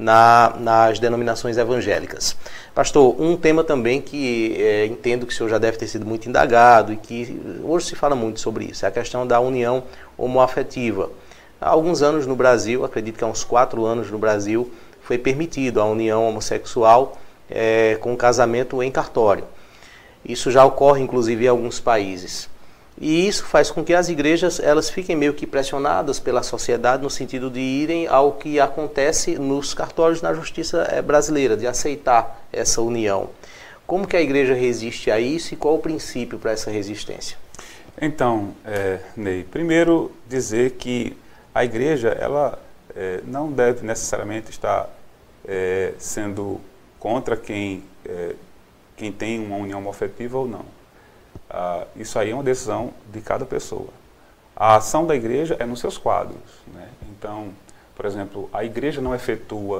[SPEAKER 5] nas denominações evangélicas. Pastor, um tema também que entendo que o senhor já deve ter sido muito indagado e que hoje se fala muito sobre isso, é a questão da união homoafetiva. Há alguns anos no Brasil, acredito que há uns 4 anos no Brasil, foi permitido a união homossexual com casamento em cartório. Isso já ocorre, inclusive, em alguns países. E isso faz com que as igrejas elas fiquem meio que pressionadas pela sociedade no sentido de irem ao que acontece nos cartórios na justiça brasileira, de aceitar essa união. Como que a igreja resiste a isso e qual o princípio para essa resistência?
[SPEAKER 8] Então, Ney, primeiro dizer que a igreja ela não deve necessariamente estar sendo contra quem tem uma união homoafetiva ou não. Isso aí é uma decisão de cada pessoa. A ação da igreja é nos seus quadros, né? Então, por exemplo, a igreja não efetua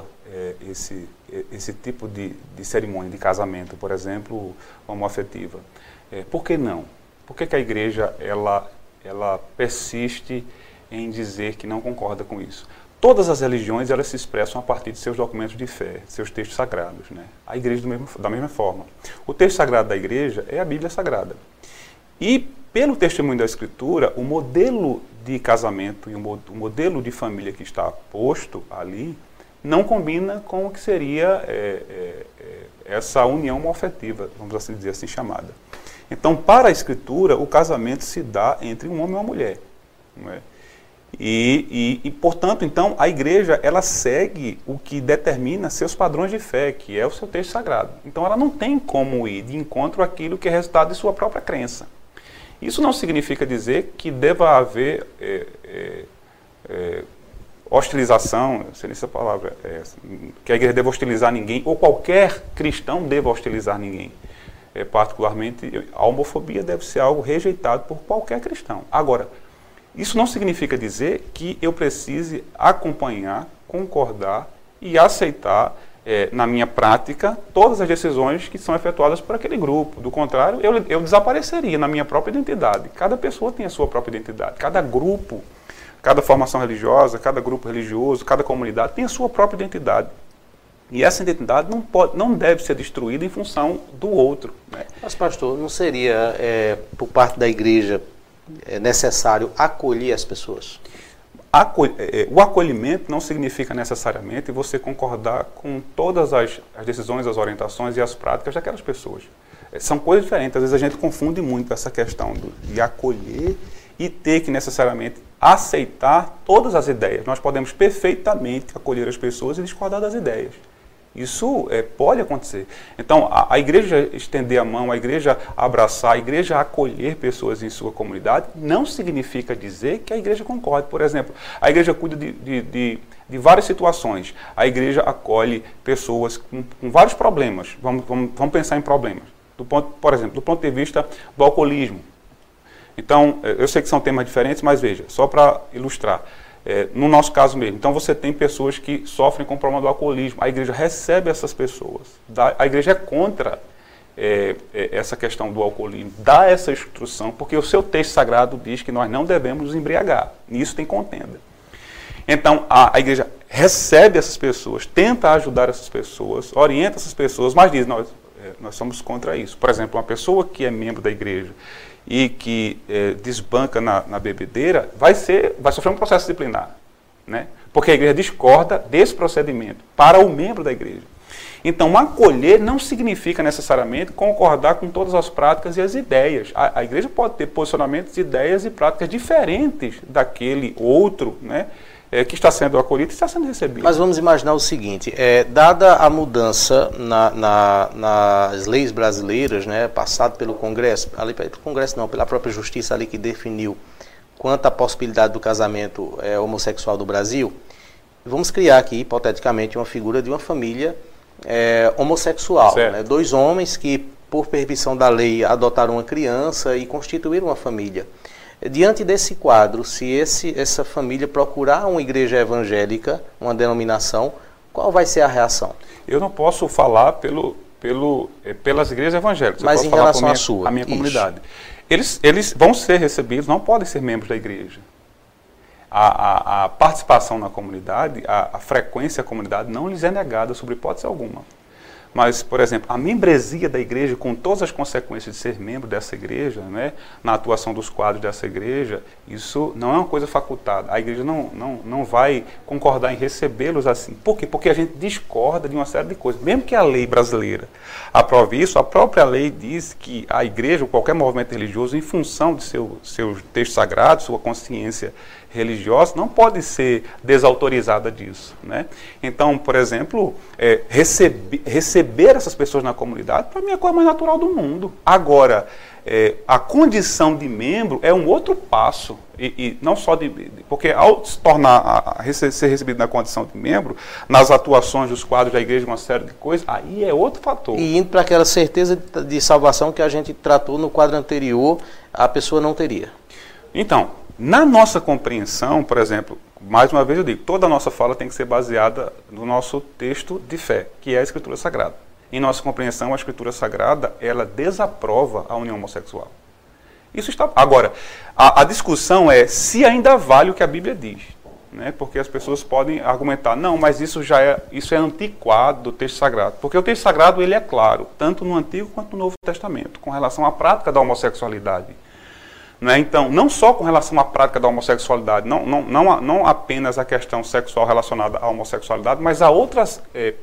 [SPEAKER 8] esse tipo de cerimônia de casamento, por exemplo, homoafetiva. Por que não? Por que a igreja ela persiste em dizer que não concorda com isso? Todas as religiões elas se expressam a partir de seus documentos de fé, seus textos sagrados, né? A igreja da mesma forma. O texto sagrado da igreja é a Bíblia Sagrada. E pelo testemunho da Escritura, o modelo de casamento e o modelo de família que está posto ali não combina com o que seria essa união homoafetiva, vamos assim dizer assim chamada. Então, para a Escritura, o casamento se dá entre um homem e uma mulher, não é? E, portanto, então, a igreja, ela segue o que determina seus padrões de fé, que é o seu texto sagrado. Então, ela não tem como ir de encontro àquilo que é resultado de sua própria crença. Isso não significa dizer que deva haver hostilização, não sei nem se a palavra é essa, que a igreja deva hostilizar ninguém, ou qualquer cristão deva hostilizar ninguém. Particularmente, a homofobia deve ser algo rejeitado por qualquer cristão. Agora, isso não significa dizer que eu precise acompanhar, concordar e aceitar, na minha prática, todas as decisões que são efetuadas por aquele grupo. Do contrário, eu desapareceria na minha própria identidade. Cada pessoa tem a sua própria identidade. Cada grupo, cada formação religiosa, cada grupo religioso, cada comunidade tem a sua própria identidade. E essa identidade não deve ser destruída em função do outro, né?
[SPEAKER 5] Mas, pastor, não seria, por parte da igreja, necessário acolher as pessoas?
[SPEAKER 8] O acolhimento não significa necessariamente você concordar com todas as decisões, as orientações e as práticas daquelas pessoas. São coisas diferentes. Às vezes a gente confunde muito essa questão de acolher e ter que necessariamente aceitar todas as ideias. Nós podemos perfeitamente acolher as pessoas e discordar das ideias. Isso pode acontecer. Então, a igreja estender a mão, a igreja abraçar, a igreja acolher pessoas em sua comunidade, não significa dizer que a igreja concorde. Por exemplo, a igreja cuida de várias situações. A igreja acolhe pessoas com vários problemas. Vamos pensar em problemas. Por exemplo, do ponto de vista do alcoolismo. Então, eu sei que são temas diferentes, mas veja, só para ilustrar. No nosso caso mesmo, então você tem pessoas que sofrem com o problema do alcoolismo. A igreja recebe essas pessoas. A igreja é contra essa questão do alcoolismo. Dá essa instrução, porque o seu texto sagrado diz que nós não devemos nos embriagar. E isso tem contenda. Então, a igreja recebe essas pessoas, tenta ajudar essas pessoas, orienta essas pessoas, mas diz, nós somos contra isso. Por exemplo, uma pessoa que é membro da igreja e que desbanca na bebedeira, vai sofrer um processo disciplinar, né? Porque a igreja discorda desse procedimento para o membro da igreja. Então, acolher não significa necessariamente concordar com todas as práticas e as ideias. A igreja pode ter posicionamentos, ideias e práticas diferentes daquele outro, né, que está sendo acolhido e está sendo recebido.
[SPEAKER 5] Mas vamos imaginar o seguinte, dada a mudança nas leis brasileiras, né, passado pelo Congresso, pela própria Justiça ali que definiu quanto à possibilidade do casamento homossexual do Brasil, vamos criar aqui, hipoteticamente, uma figura de uma família homossexual, né, 2 homens que, por permissão da lei, adotaram uma criança e constituíram uma família. Diante desse quadro, se essa família procurar uma igreja evangélica, uma denominação, qual vai ser a reação?
[SPEAKER 8] Eu não posso falar pelas igrejas evangélicas.
[SPEAKER 5] Mas
[SPEAKER 8] eu
[SPEAKER 5] em
[SPEAKER 8] posso
[SPEAKER 5] relação
[SPEAKER 8] falar
[SPEAKER 5] à sua?
[SPEAKER 8] a minha comunidade. Eles vão ser recebidos, não podem ser membros da igreja. A participação na comunidade, a frequência à comunidade não lhes é negada sob hipótese alguma. Mas, por exemplo, a membresia da igreja, com todas as consequências de ser membro dessa igreja, né, na atuação dos quadros dessa igreja, isso não é uma coisa facultada. A igreja não vai concordar em recebê-los assim. Por quê? Porque a gente discorda de uma série de coisas. Mesmo que a lei brasileira aprove isso, a própria lei diz que a igreja, ou qualquer movimento religioso, em função de seu texto sagrado, sua consciência religiosa, não pode ser desautorizada disso, né? Então, por exemplo, receber essas pessoas na comunidade, para mim, é a coisa mais natural do mundo. Agora, a condição de membro é um outro passo, e não só porque ao se tornar, ser recebido na condição de membro, nas atuações dos quadros da igreja, uma série de coisas, aí é outro fator.
[SPEAKER 5] E indo para aquela certeza de salvação que a gente tratou no quadro anterior, a pessoa não teria.
[SPEAKER 8] Então, na nossa compreensão, por exemplo, mais uma vez eu digo, toda a nossa fala tem que ser baseada no nosso texto de fé, que é a Escritura Sagrada. Em nossa compreensão, a Escritura Sagrada, ela desaprova a união homossexual. Isso está... Agora, a discussão é se ainda vale o que a Bíblia diz, né? Porque as pessoas podem argumentar, não, mas isso é antiquado do texto sagrado. Porque o texto sagrado, ele é claro, tanto no Antigo quanto no Novo Testamento, com relação à prática da homossexualidade. Né? Então, não só com relação à prática da homossexualidade, não apenas a questão sexual relacionada à homossexualidade, mas a outras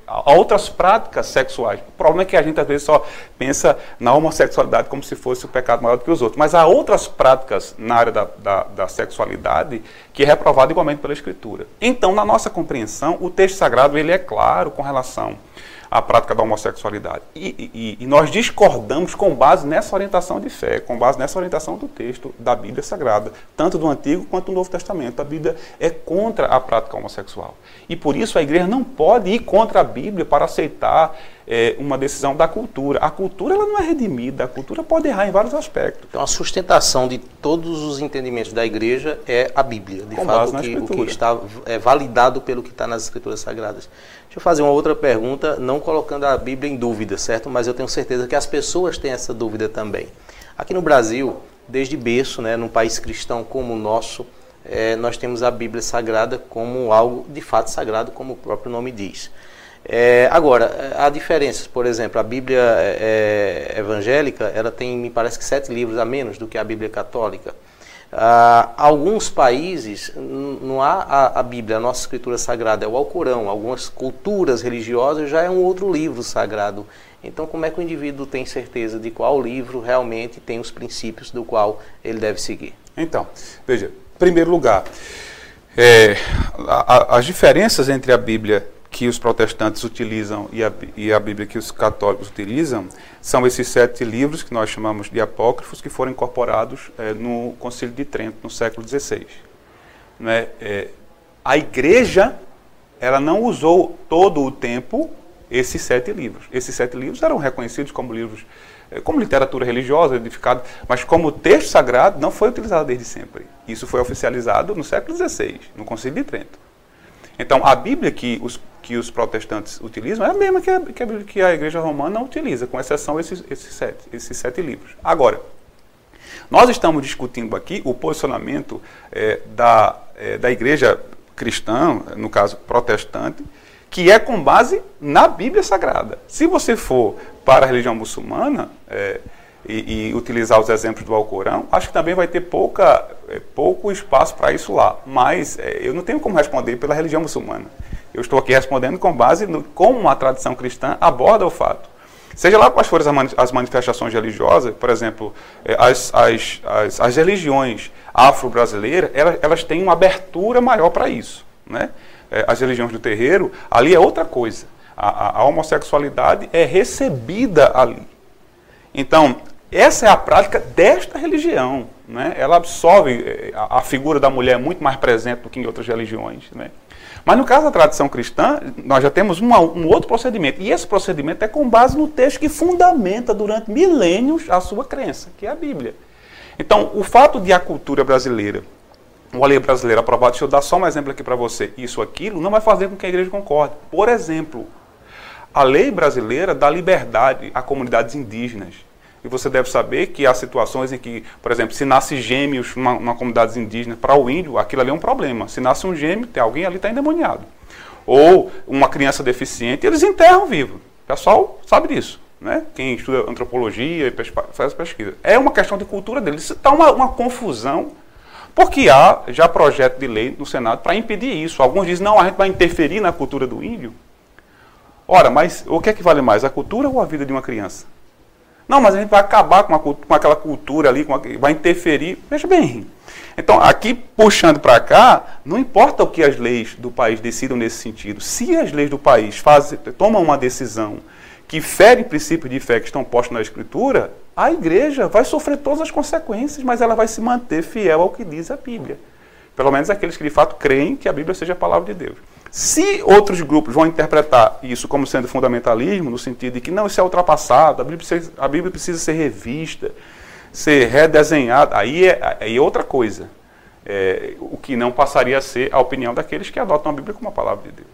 [SPEAKER 8] práticas sexuais. O problema é que a gente às vezes só pensa na homossexualidade como se fosse o pecado maior do que os outros. Mas há outras práticas na área da sexualidade que é reprovada igualmente pela Escritura. Então, na nossa compreensão, o texto sagrado ele é claro com relação a prática da homossexualidade. E nós discordamos com base nessa orientação de fé, com base nessa orientação do texto da Bíblia Sagrada, tanto do Antigo quanto do Novo Testamento. A Bíblia é contra a prática homossexual. E por isso a igreja não pode ir contra a Bíblia para aceitar uma decisão da cultura. A cultura ela não é redimida, a cultura pode errar em vários aspectos.
[SPEAKER 5] Então a sustentação de todos os entendimentos da igreja é a Bíblia, de fato o que está validado pelo que está nas Escrituras Sagradas. Deixa eu fazer uma outra pergunta, não colocando a Bíblia em dúvida, certo? Mas eu tenho certeza que as pessoas têm essa dúvida também. Aqui no Brasil, desde berço, né, num país cristão como o nosso, nós temos a Bíblia Sagrada como algo de fato sagrado, como o próprio nome diz. Agora, há diferenças. Por exemplo, a Bíblia evangélica, ela tem, me parece que 7 livros a menos do que a Bíblia católica. Alguns países não há a Bíblia, a nossa Escritura Sagrada, é o Alcorão. Algumas culturas religiosas já é um outro livro sagrado. Então, como é que o indivíduo tem certeza de qual livro realmente tem os princípios do qual ele deve seguir?
[SPEAKER 8] Então, veja, em primeiro lugar, as diferenças entre a Bíblia que os protestantes utilizam e a Bíblia que os católicos utilizam são esses 7 livros que nós chamamos de apócrifos, que foram incorporados no Concílio de Trento, no século XVI. Né? A Igreja, ela não usou todo o tempo esses 7 livros. Esses 7 livros eram reconhecidos como livros, como literatura religiosa, edificada, mas como texto sagrado não foi utilizado desde sempre. Isso foi oficializado no século XVI, no Concílio de Trento. Então, a Bíblia que os protestantes utilizam é a mesma que a Igreja Romana utiliza, com exceção esses 7 livros. Agora, nós estamos discutindo aqui o posicionamento da Igreja cristã, no caso protestante, que é com base na Bíblia Sagrada. Se você for para a religião muçulmana e utilizar os exemplos do Alcorão, acho que também vai ter pouco espaço para isso lá. Mas eu não tenho como responder pela religião muçulmana. Eu estou aqui respondendo com base no como a tradição cristã aborda o fato. Seja lá quais forem as manifestações religiosas, por exemplo, as religiões afro-brasileiras, elas têm uma abertura maior para isso, né? As religiões do terreiro, ali é outra coisa. A homossexualidade é recebida ali. Então, essa é a prática desta religião, né? Ela absorve, a figura da mulher é muito mais presente do que em outras religiões, né? Mas no caso da tradição cristã, nós já temos um outro procedimento. E esse procedimento é com base no texto que fundamenta durante milênios a sua crença, que é a Bíblia. Então, o fato de a cultura brasileira, uma lei brasileira aprovada, deixa eu dar só um exemplo aqui para você, isso, aquilo, não vai fazer com que a igreja concorde. Por exemplo, a lei brasileira dá liberdade a comunidades indígenas. E você deve saber que há situações em que, por exemplo, se nasce gêmeos numa comunidade indígena, para o índio, aquilo ali é um problema. Se nasce um gêmeo, tem alguém ali que está endemoniado. Ou uma criança deficiente, eles enterram vivo. O pessoal sabe disso, né? Quem estuda antropologia e faz pesquisa. É uma questão de cultura deles. Isso está uma confusão, porque há já projeto de lei no Senado para impedir isso. Alguns dizem, não, a gente vai interferir na cultura do índio. Ora, mas o que é que vale mais, a cultura ou a vida de uma criança? Não, mas a gente vai acabar com aquela cultura ali, vai interferir. Veja bem, então aqui puxando para cá, não importa o que as leis do país decidam nesse sentido. Se as leis do país tomam uma decisão que fere princípios de fé que estão postos na Escritura, a igreja vai sofrer todas as consequências, mas ela vai se manter fiel ao que diz a Bíblia. Pelo menos aqueles que de fato creem que a Bíblia seja a palavra de Deus. Se outros grupos vão interpretar isso como sendo fundamentalismo, no sentido de que não, isso é ultrapassado, a Bíblia precisa ser revista, ser redesenhada, aí é outra coisa. O que não passaria a ser a opinião daqueles que adotam a Bíblia como a palavra de Deus.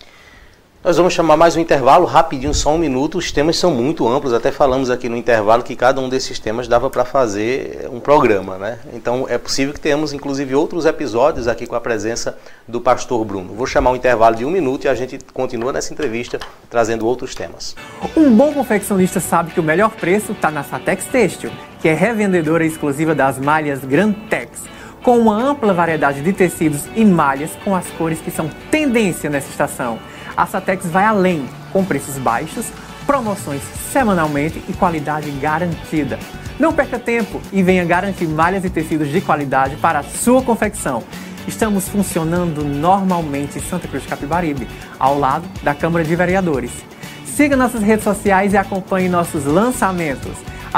[SPEAKER 5] Nós vamos chamar mais um intervalo, rapidinho, só um minuto. Os temas são muito amplos, até falamos aqui no intervalo que cada um desses temas dava para fazer um programa, né? Então é possível que tenhamos inclusive outros episódios aqui com a presença do pastor Bruno. Vou chamar um intervalo de 1 minuto e a gente continua nessa entrevista trazendo outros temas.
[SPEAKER 10] Um bom confeccionista sabe que o melhor preço está na Satex Têxtil, que é revendedora exclusiva das malhas Grantex, com uma ampla variedade de tecidos e malhas com as cores que são tendência nessa estação. A Satex vai além, com preços baixos, promoções semanalmente e qualidade garantida. Não perca tempo e venha garantir malhas e tecidos de qualidade para a sua confecção. Estamos funcionando normalmente em Santa Cruz de Capibaribe, ao lado da Câmara de Vereadores. Siga nossas redes sociais e acompanhe nossos lançamentos.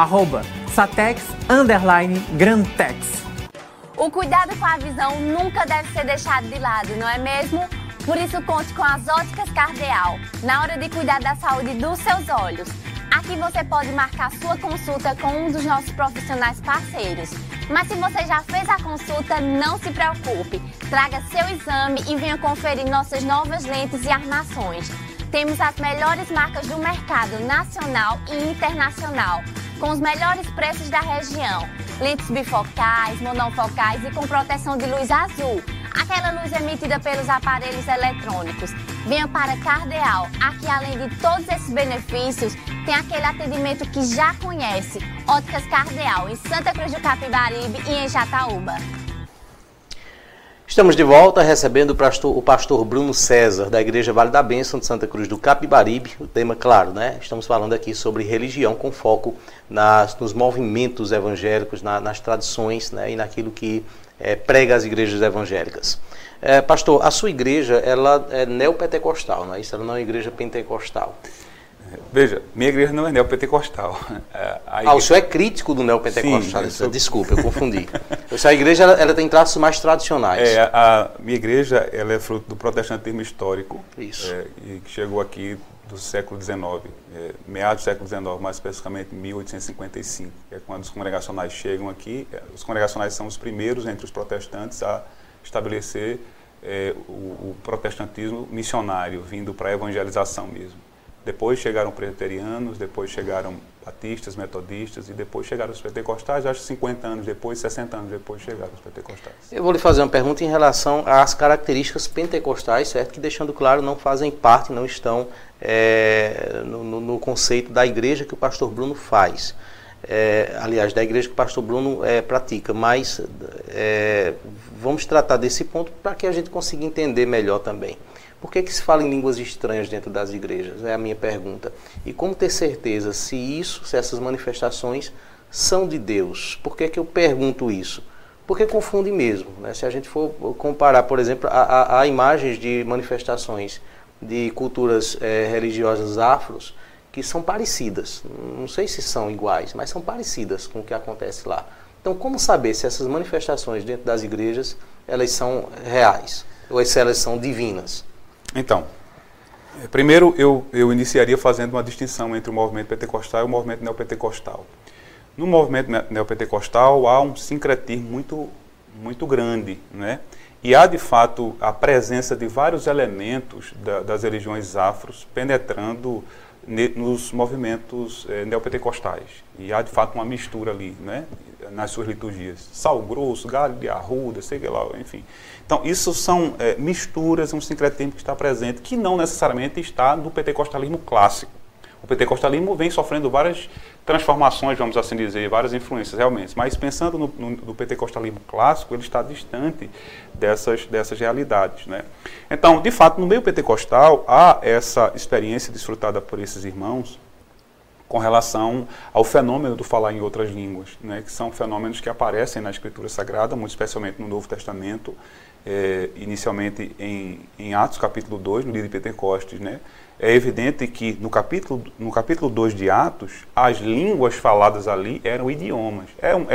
[SPEAKER 10] @Satex_Grantex.
[SPEAKER 6] O cuidado com a visão nunca deve ser deixado de lado, não é mesmo? Por isso, conte com as Óticas Cardeal, na hora de cuidar da saúde dos seus olhos. Aqui você pode marcar sua consulta com um dos nossos profissionais parceiros. Mas se você já fez a consulta, não se preocupe. Traga seu exame e venha conferir nossas novas lentes e armações. Temos as melhores marcas do mercado nacional e internacional, com os melhores preços da região. Lentes bifocais, monofocais e com proteção de luz azul. Aquela luz emitida pelos aparelhos eletrônicos. Venha para Cardeal. Aqui, além de todos esses benefícios, tem aquele atendimento que já conhece. Óticas Cardeal, em Santa Cruz do Capibaribe e em Jataúba.
[SPEAKER 5] Estamos de volta recebendo o pastor Bruno César, da Igreja Vale da Bênção de Santa Cruz do Capibaribe. O tema, claro, né? Estamos falando aqui sobre religião com foco nos movimentos evangélicos, nas tradições, né? E naquilo que prega as igrejas evangélicas. Pastor, a sua igreja, ela é neopentecostal, não é isso? Ela não é uma igreja pentecostal.
[SPEAKER 8] Veja, minha igreja não é neopentecostal.
[SPEAKER 5] O senhor é crítico do neopentecostal? Sim, Desculpa, eu confundi. A igreja ela tem traços mais tradicionais.
[SPEAKER 8] A minha igreja ela é fruto do protestantismo histórico.
[SPEAKER 5] Isso.
[SPEAKER 8] E que chegou aqui do século XIX, meados do século XIX, mais especificamente em 1855, que é quando os congregacionais chegam aqui. Os congregacionais são os primeiros entre os protestantes a estabelecer o protestantismo missionário, vindo para a evangelização mesmo. Depois chegaram presbiterianos, depois chegaram batistas, metodistas, e depois chegaram os pentecostais. Acho que 50 anos depois, 60 anos depois chegaram os pentecostais.
[SPEAKER 5] Eu vou lhe fazer uma pergunta em relação às características pentecostais, certo? Que, deixando claro, não fazem parte, não estão no conceito da igreja que o pastor Bruno faz. Aliás, da igreja que o pastor Bruno pratica. Mas vamos tratar desse ponto para que a gente consiga entender melhor também. Por que se fala em línguas estranhas dentro das igrejas? É a minha pergunta. E como ter certeza se essas manifestações são de Deus? Por que eu pergunto isso? Porque confunde mesmo, né? Se a gente for comparar, por exemplo, a imagens de manifestações de culturas religiosas afros que são parecidas. Não sei se são iguais, mas são parecidas com o que acontece lá. Então, como saber se essas manifestações dentro das igrejas elas são reais ou se elas são divinas?
[SPEAKER 8] Então, primeiro eu iniciaria fazendo uma distinção entre o movimento pentecostal e o movimento neopentecostal. No movimento neopentecostal há um sincretismo muito grande, né? E há, de fato, a presença de vários elementos das religiões afros penetrando nos movimentos neopentecostais. E há, de fato, uma mistura ali, né? Nas suas liturgias. Sal grosso, galho de arruda, sei lá, enfim. Então, isso são misturas, um sincretismo que está presente, que não necessariamente está no pentecostalismo clássico. O pentecostalismo vem sofrendo várias transformações, vamos assim dizer, várias influências realmente, mas pensando no pentecostalismo clássico, ele está distante dessas realidades, né? Então, de fato, no meio pentecostal, há essa experiência desfrutada por esses irmãos com relação ao fenômeno do falar em outras línguas, né? Que são fenômenos que aparecem na Escritura Sagrada, muito especialmente no Novo Testamento, inicialmente em Atos capítulo 2, no dia de Pentecostes, né? É evidente que no capítulo 2 de Atos, as línguas faladas ali eram idiomas.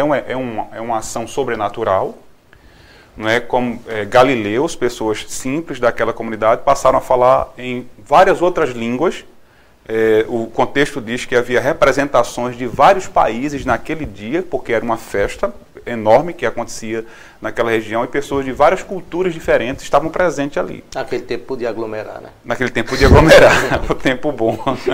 [SPEAKER 8] É uma ação sobrenatural, não é? Como galileus, pessoas simples daquela comunidade, passaram a falar em várias outras línguas. O contexto diz que havia representações de vários países naquele dia, porque era uma festa enorme que acontecia naquela região e pessoas de várias culturas diferentes estavam presentes ali.
[SPEAKER 5] Naquele tempo podia aglomerar, né?
[SPEAKER 8] Naquele tempo podia aglomerar, o tempo bom.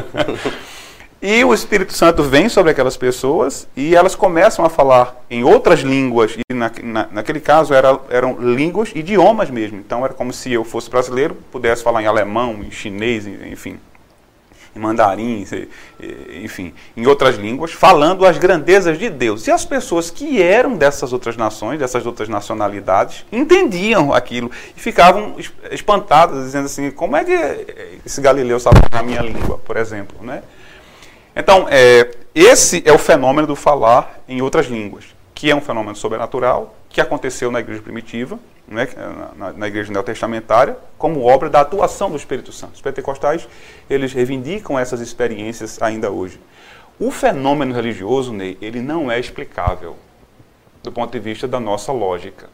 [SPEAKER 8] E o Espírito Santo vem sobre aquelas pessoas e elas começam a falar em outras línguas, e naquele caso eram línguas, idiomas mesmo. Então era como se eu fosse brasileiro, pudesse falar em alemão, em chinês, enfim, em mandarim, enfim, em outras línguas, falando as grandezas de Deus. E as pessoas que eram dessas outras nações, dessas outras nacionalidades, entendiam aquilo e ficavam espantadas, dizendo assim, como é que esse Galileu sabe a minha língua, por exemplo, né? Então, esse é o fenômeno do falar em outras línguas, que é um fenômeno sobrenatural, que aconteceu na igreja primitiva, né, na igreja neotestamentária, como obra da atuação do Espírito Santo. Os pentecostais, eles reivindicam essas experiências ainda hoje. O fenômeno religioso, Ney, ele não é explicável do ponto de vista da nossa lógica.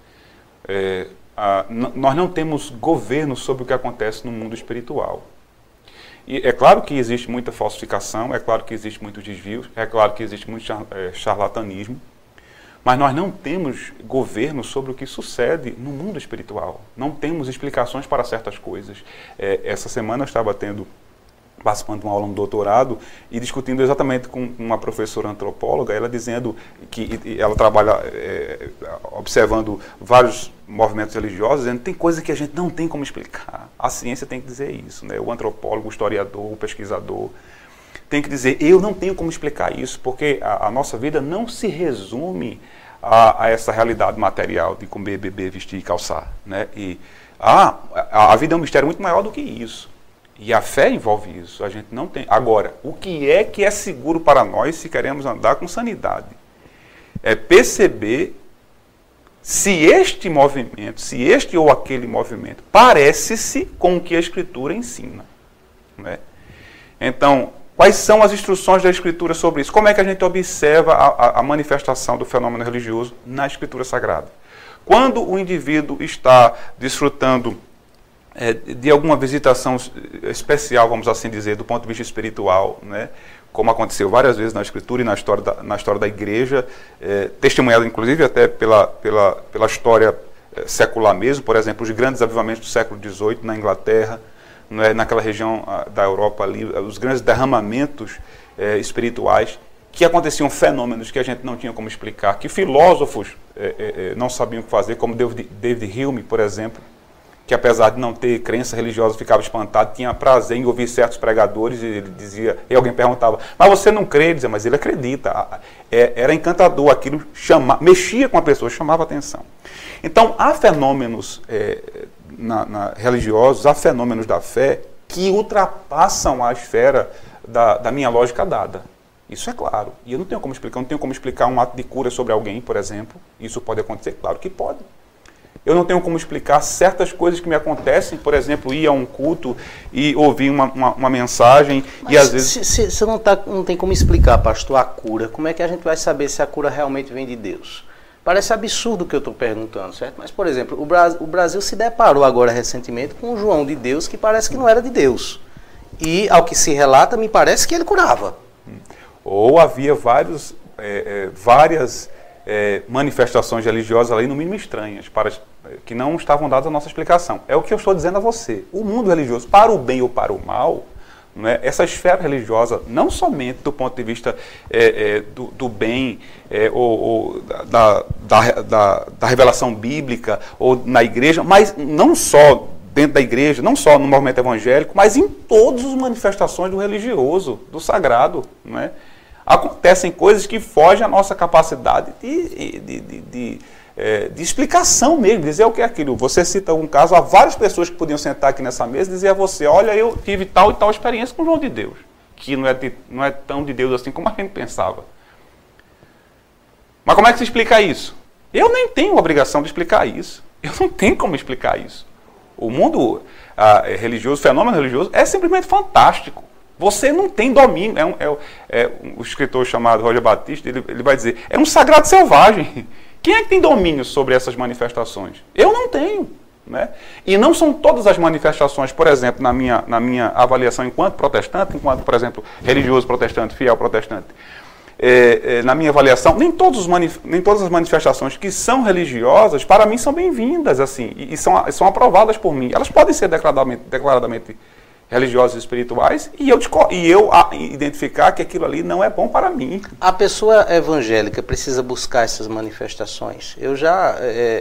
[SPEAKER 8] Nós não temos governo sobre o que acontece no mundo espiritual. E é claro que existe muita falsificação, é claro que existe muitos desvios, é claro que existe muito charlatanismo, mas nós não temos governo sobre o que sucede no mundo espiritual. Não temos explicações para certas coisas. Essa semana eu estava participando de uma aula no doutorado e discutindo exatamente com uma professora antropóloga, ela dizendo que ela trabalha observando vários movimentos religiosos, dizendo que tem coisa que a gente não tem como explicar. A ciência tem que dizer isso, né? O antropólogo, o historiador, o pesquisador tem que dizer, eu não tenho como explicar isso, porque a nossa vida não se resume a essa realidade material de comer, beber, vestir e calçar, né? E a vida é um mistério muito maior do que isso. E a fé envolve isso. A gente não tem. Agora, o que é seguro para nós se queremos andar com sanidade? É perceber se este movimento, se este ou aquele movimento parece-se com o que a Escritura ensina. Né? Então, quais são as instruções da Escritura sobre isso? Como é que a gente observa a manifestação do fenômeno religioso na Escritura Sagrada? Quando o indivíduo está desfrutando de alguma visitação especial, vamos assim dizer, do ponto de vista espiritual, né? Como aconteceu várias vezes na Escritura e na história da Igreja, testemunhado inclusive até pela história secular mesmo, por exemplo, os grandes avivamentos do século XVIII na Inglaterra, naquela região da Europa ali, os grandes derramamentos espirituais, que aconteciam fenômenos que a gente não tinha como explicar, que filósofos não sabiam o que fazer, como David Hume, por exemplo, que apesar de não ter crença religiosa, ficava espantado, tinha prazer em ouvir certos pregadores, e ele dizia, e alguém perguntava, mas você não crê? Ele dizia, mas ele acredita. Era encantador, aquilo mexia com a pessoa, chamava atenção. Então, há fenômenos religiosos, há fenômenos da fé que ultrapassam a esfera da minha lógica dada. Isso é claro. E eu não tenho como explicar. Eu não tenho como explicar um ato de cura sobre alguém, por exemplo. Isso pode acontecer? Claro que pode. Eu não tenho como explicar certas coisas que me acontecem, por exemplo, ir a um culto e ouvir uma mensagem.
[SPEAKER 5] Mas
[SPEAKER 8] e às vezes...
[SPEAKER 5] Se não tem como explicar, pastor, a cura, como é que a gente vai saber se a cura realmente vem de Deus? Parece absurdo o que eu estou perguntando, certo? Mas, por exemplo, o Brasil se deparou agora recentemente com um João de Deus que parece que não era de Deus. E, ao que se relata, me parece que ele curava.
[SPEAKER 8] Ou havia várias manifestações religiosas ali, no mínimo estranhas, que não estavam dadas à nossa explicação. É o que eu estou dizendo a você. O mundo religioso, para o bem ou para o mal, né, essa esfera religiosa, não somente do ponto de vista do bem, ou da revelação bíblica, ou na igreja, mas não só dentro da igreja, não só no movimento evangélico, mas em todas as manifestações do religioso, do sagrado, né? Acontecem coisas que fogem à nossa capacidade de explicação mesmo, dizer o que é aquilo. Você cita um caso, há várias pessoas que podiam sentar aqui nessa mesa e dizer a você, olha, eu tive tal e tal experiência com o João de Deus, que não é tão de Deus assim como a gente pensava. Mas como é que se explica isso? Eu nem tenho obrigação de explicar isso. Eu não tenho como explicar isso. O mundo religioso, o fenômeno religioso, é simplesmente fantástico. Você não tem domínio. O escritor chamado Roger Batista, ele vai dizer, é um sagrado selvagem. Quem é que tem domínio sobre essas manifestações? Eu não tenho. Né? E não são todas as manifestações, por exemplo, na minha avaliação enquanto protestante, enquanto, por exemplo, religioso protestante, fiel protestante, na minha avaliação, nem todas as manifestações que são religiosas, para mim, são bem-vindas, assim, e são aprovadas por mim. Elas podem ser declaradamente religiosas e espirituais, e eu identificar que aquilo ali não é bom para mim.
[SPEAKER 5] A pessoa evangélica precisa buscar essas manifestações. Eu já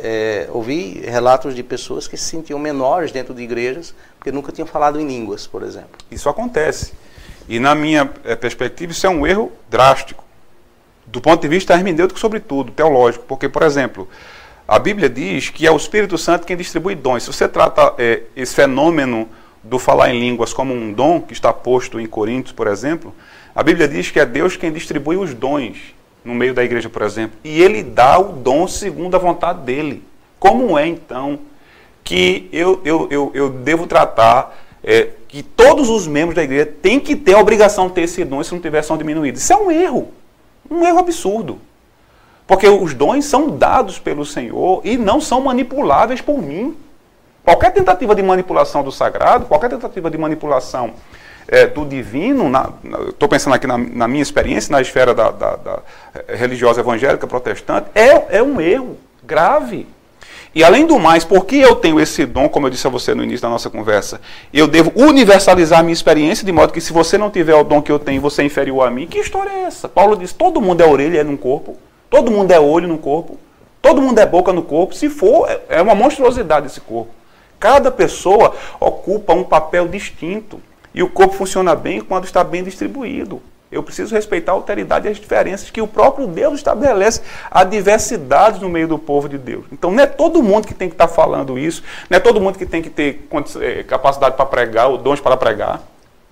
[SPEAKER 5] ouvi relatos de pessoas que se sentiam menores dentro de igrejas, porque nunca tinham falado em línguas, por exemplo.
[SPEAKER 8] Isso acontece. E na minha perspectiva, isso é um erro drástico. Do ponto de vista hermenêutico, sobretudo, teológico. Porque, por exemplo, a Bíblia diz que é o Espírito Santo quem distribui dons. Se você trata esse fenômeno do falar em línguas como um dom, que está posto em Coríntios, por exemplo, a Bíblia diz que é Deus quem distribui os dons no meio da igreja, por exemplo, e Ele dá o dom segundo a vontade dEle. Como é, então, que eu devo tratar que todos os membros da igreja têm que ter a obrigação de ter esse dom, se não tiver, são diminuídos? Isso é um erro absurdo. Porque os dons são dados pelo Senhor e não são manipuláveis por mim. Qualquer tentativa de manipulação do sagrado, qualquer tentativa de manipulação do divino, estou pensando aqui na minha experiência, na esfera da religiosa evangélica protestante, é um erro grave. E além do mais, porque eu tenho esse dom, como eu disse a você no início da nossa conversa, eu devo universalizar a minha experiência, de modo que se você não tiver o dom que eu tenho, você é inferior a mim. Que história é essa? Paulo diz, todo mundo é orelha no corpo, todo mundo é olho no corpo, todo mundo é boca no corpo. Se for, é uma monstruosidade esse corpo. Cada pessoa ocupa um papel distinto e o corpo funciona bem quando está bem distribuído. Eu preciso respeitar a alteridade e as diferenças que o próprio Deus estabelece, a diversidade no meio do povo de Deus. Então não é todo mundo que tem que estar falando isso, não é todo mundo que tem que ter capacidade para pregar, ou dons para pregar.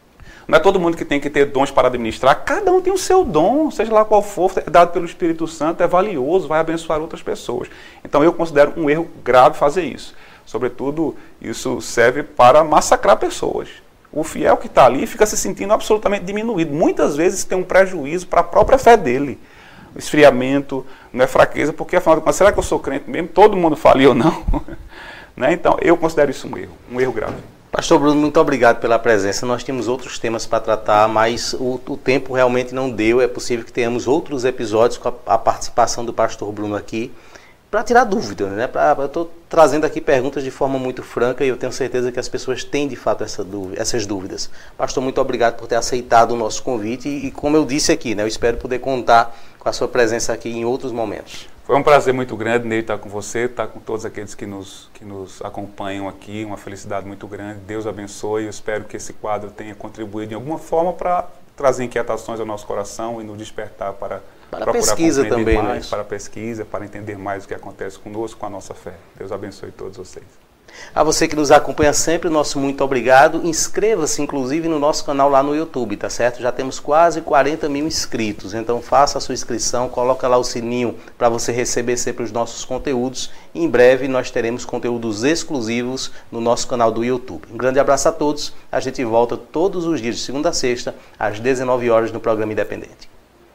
[SPEAKER 8] Não é todo mundo que tem que ter dons para administrar. Cada um tem o seu dom, seja lá qual for, é dado pelo Espírito Santo, é valioso, vai abençoar outras pessoas. Então eu considero um erro grave fazer isso. Sobretudo, isso serve para massacrar pessoas. O fiel que está ali fica se sentindo absolutamente diminuído. Muitas vezes tem um prejuízo para a própria fé dele. O esfriamento, não é fraqueza, porque afinal de contas, será que eu sou crente mesmo? Todo mundo fala e eu não. Né? Então, eu considero isso um erro grave.
[SPEAKER 5] Pastor Bruno, muito obrigado pela presença. Nós tínhamos outros temas para tratar, mas o tempo realmente não deu. É possível que tenhamos outros episódios com a participação do pastor Bruno aqui, para tirar dúvidas, né? Eu estou trazendo aqui perguntas de forma muito franca e eu tenho certeza que as pessoas têm de fato essas dúvidas. Pastor, muito obrigado por ter aceitado o nosso convite e como eu disse aqui, né, eu espero poder contar com a sua presença aqui em outros momentos.
[SPEAKER 8] Foi um prazer muito grande, Ney, estar com você, estar com todos aqueles que nos acompanham aqui, uma felicidade muito grande. Deus abençoe, eu espero que esse quadro tenha contribuído de alguma forma para trazer inquietações ao nosso coração e nos despertar para
[SPEAKER 5] pesquisa também,
[SPEAKER 8] mais,
[SPEAKER 5] né?
[SPEAKER 8] Para pesquisa, para entender mais o que acontece conosco, com a nossa fé. Deus abençoe todos vocês.
[SPEAKER 5] A você que nos acompanha sempre, nosso muito obrigado. Inscreva-se, inclusive, no nosso canal lá no YouTube, tá certo? Já temos quase 40 mil inscritos, então faça a sua inscrição, coloca lá o sininho para você receber sempre os nossos conteúdos. E em breve nós teremos conteúdos exclusivos no nosso canal do YouTube. Um grande abraço a todos. A gente volta todos os dias, de segunda a sexta, às 19 horas no programa Independente.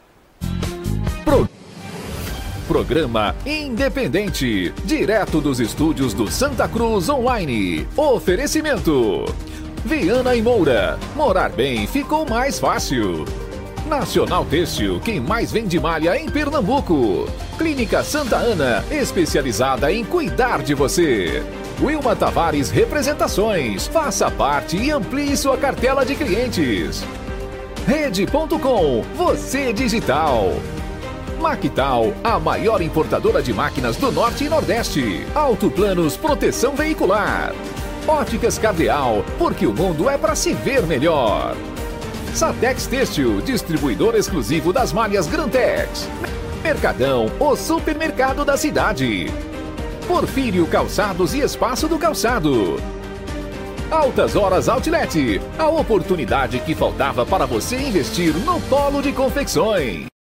[SPEAKER 1] Programa Independente, direto dos estúdios do Santa Cruz Online. Oferecimento: Viana e Moura. Morar bem ficou mais fácil. Nacional Têxtil, quem mais vende malha em Pernambuco. Clínica Santa Ana, especializada em cuidar de você. Wilma Tavares Representações. Faça parte e amplie sua cartela de clientes. Rede.com, você digital. Mactal, a maior importadora de máquinas do Norte e Nordeste. Autoplanos Proteção Veicular. Óticas Cardeal, porque o mundo é para se ver melhor. Satex Têxtil, distribuidor exclusivo das malhas Grantex. Mercadão, o supermercado da cidade. Porfírio Calçados e Espaço do Calçado. Altas Horas Outlet, a oportunidade que faltava para você investir no polo de confecções.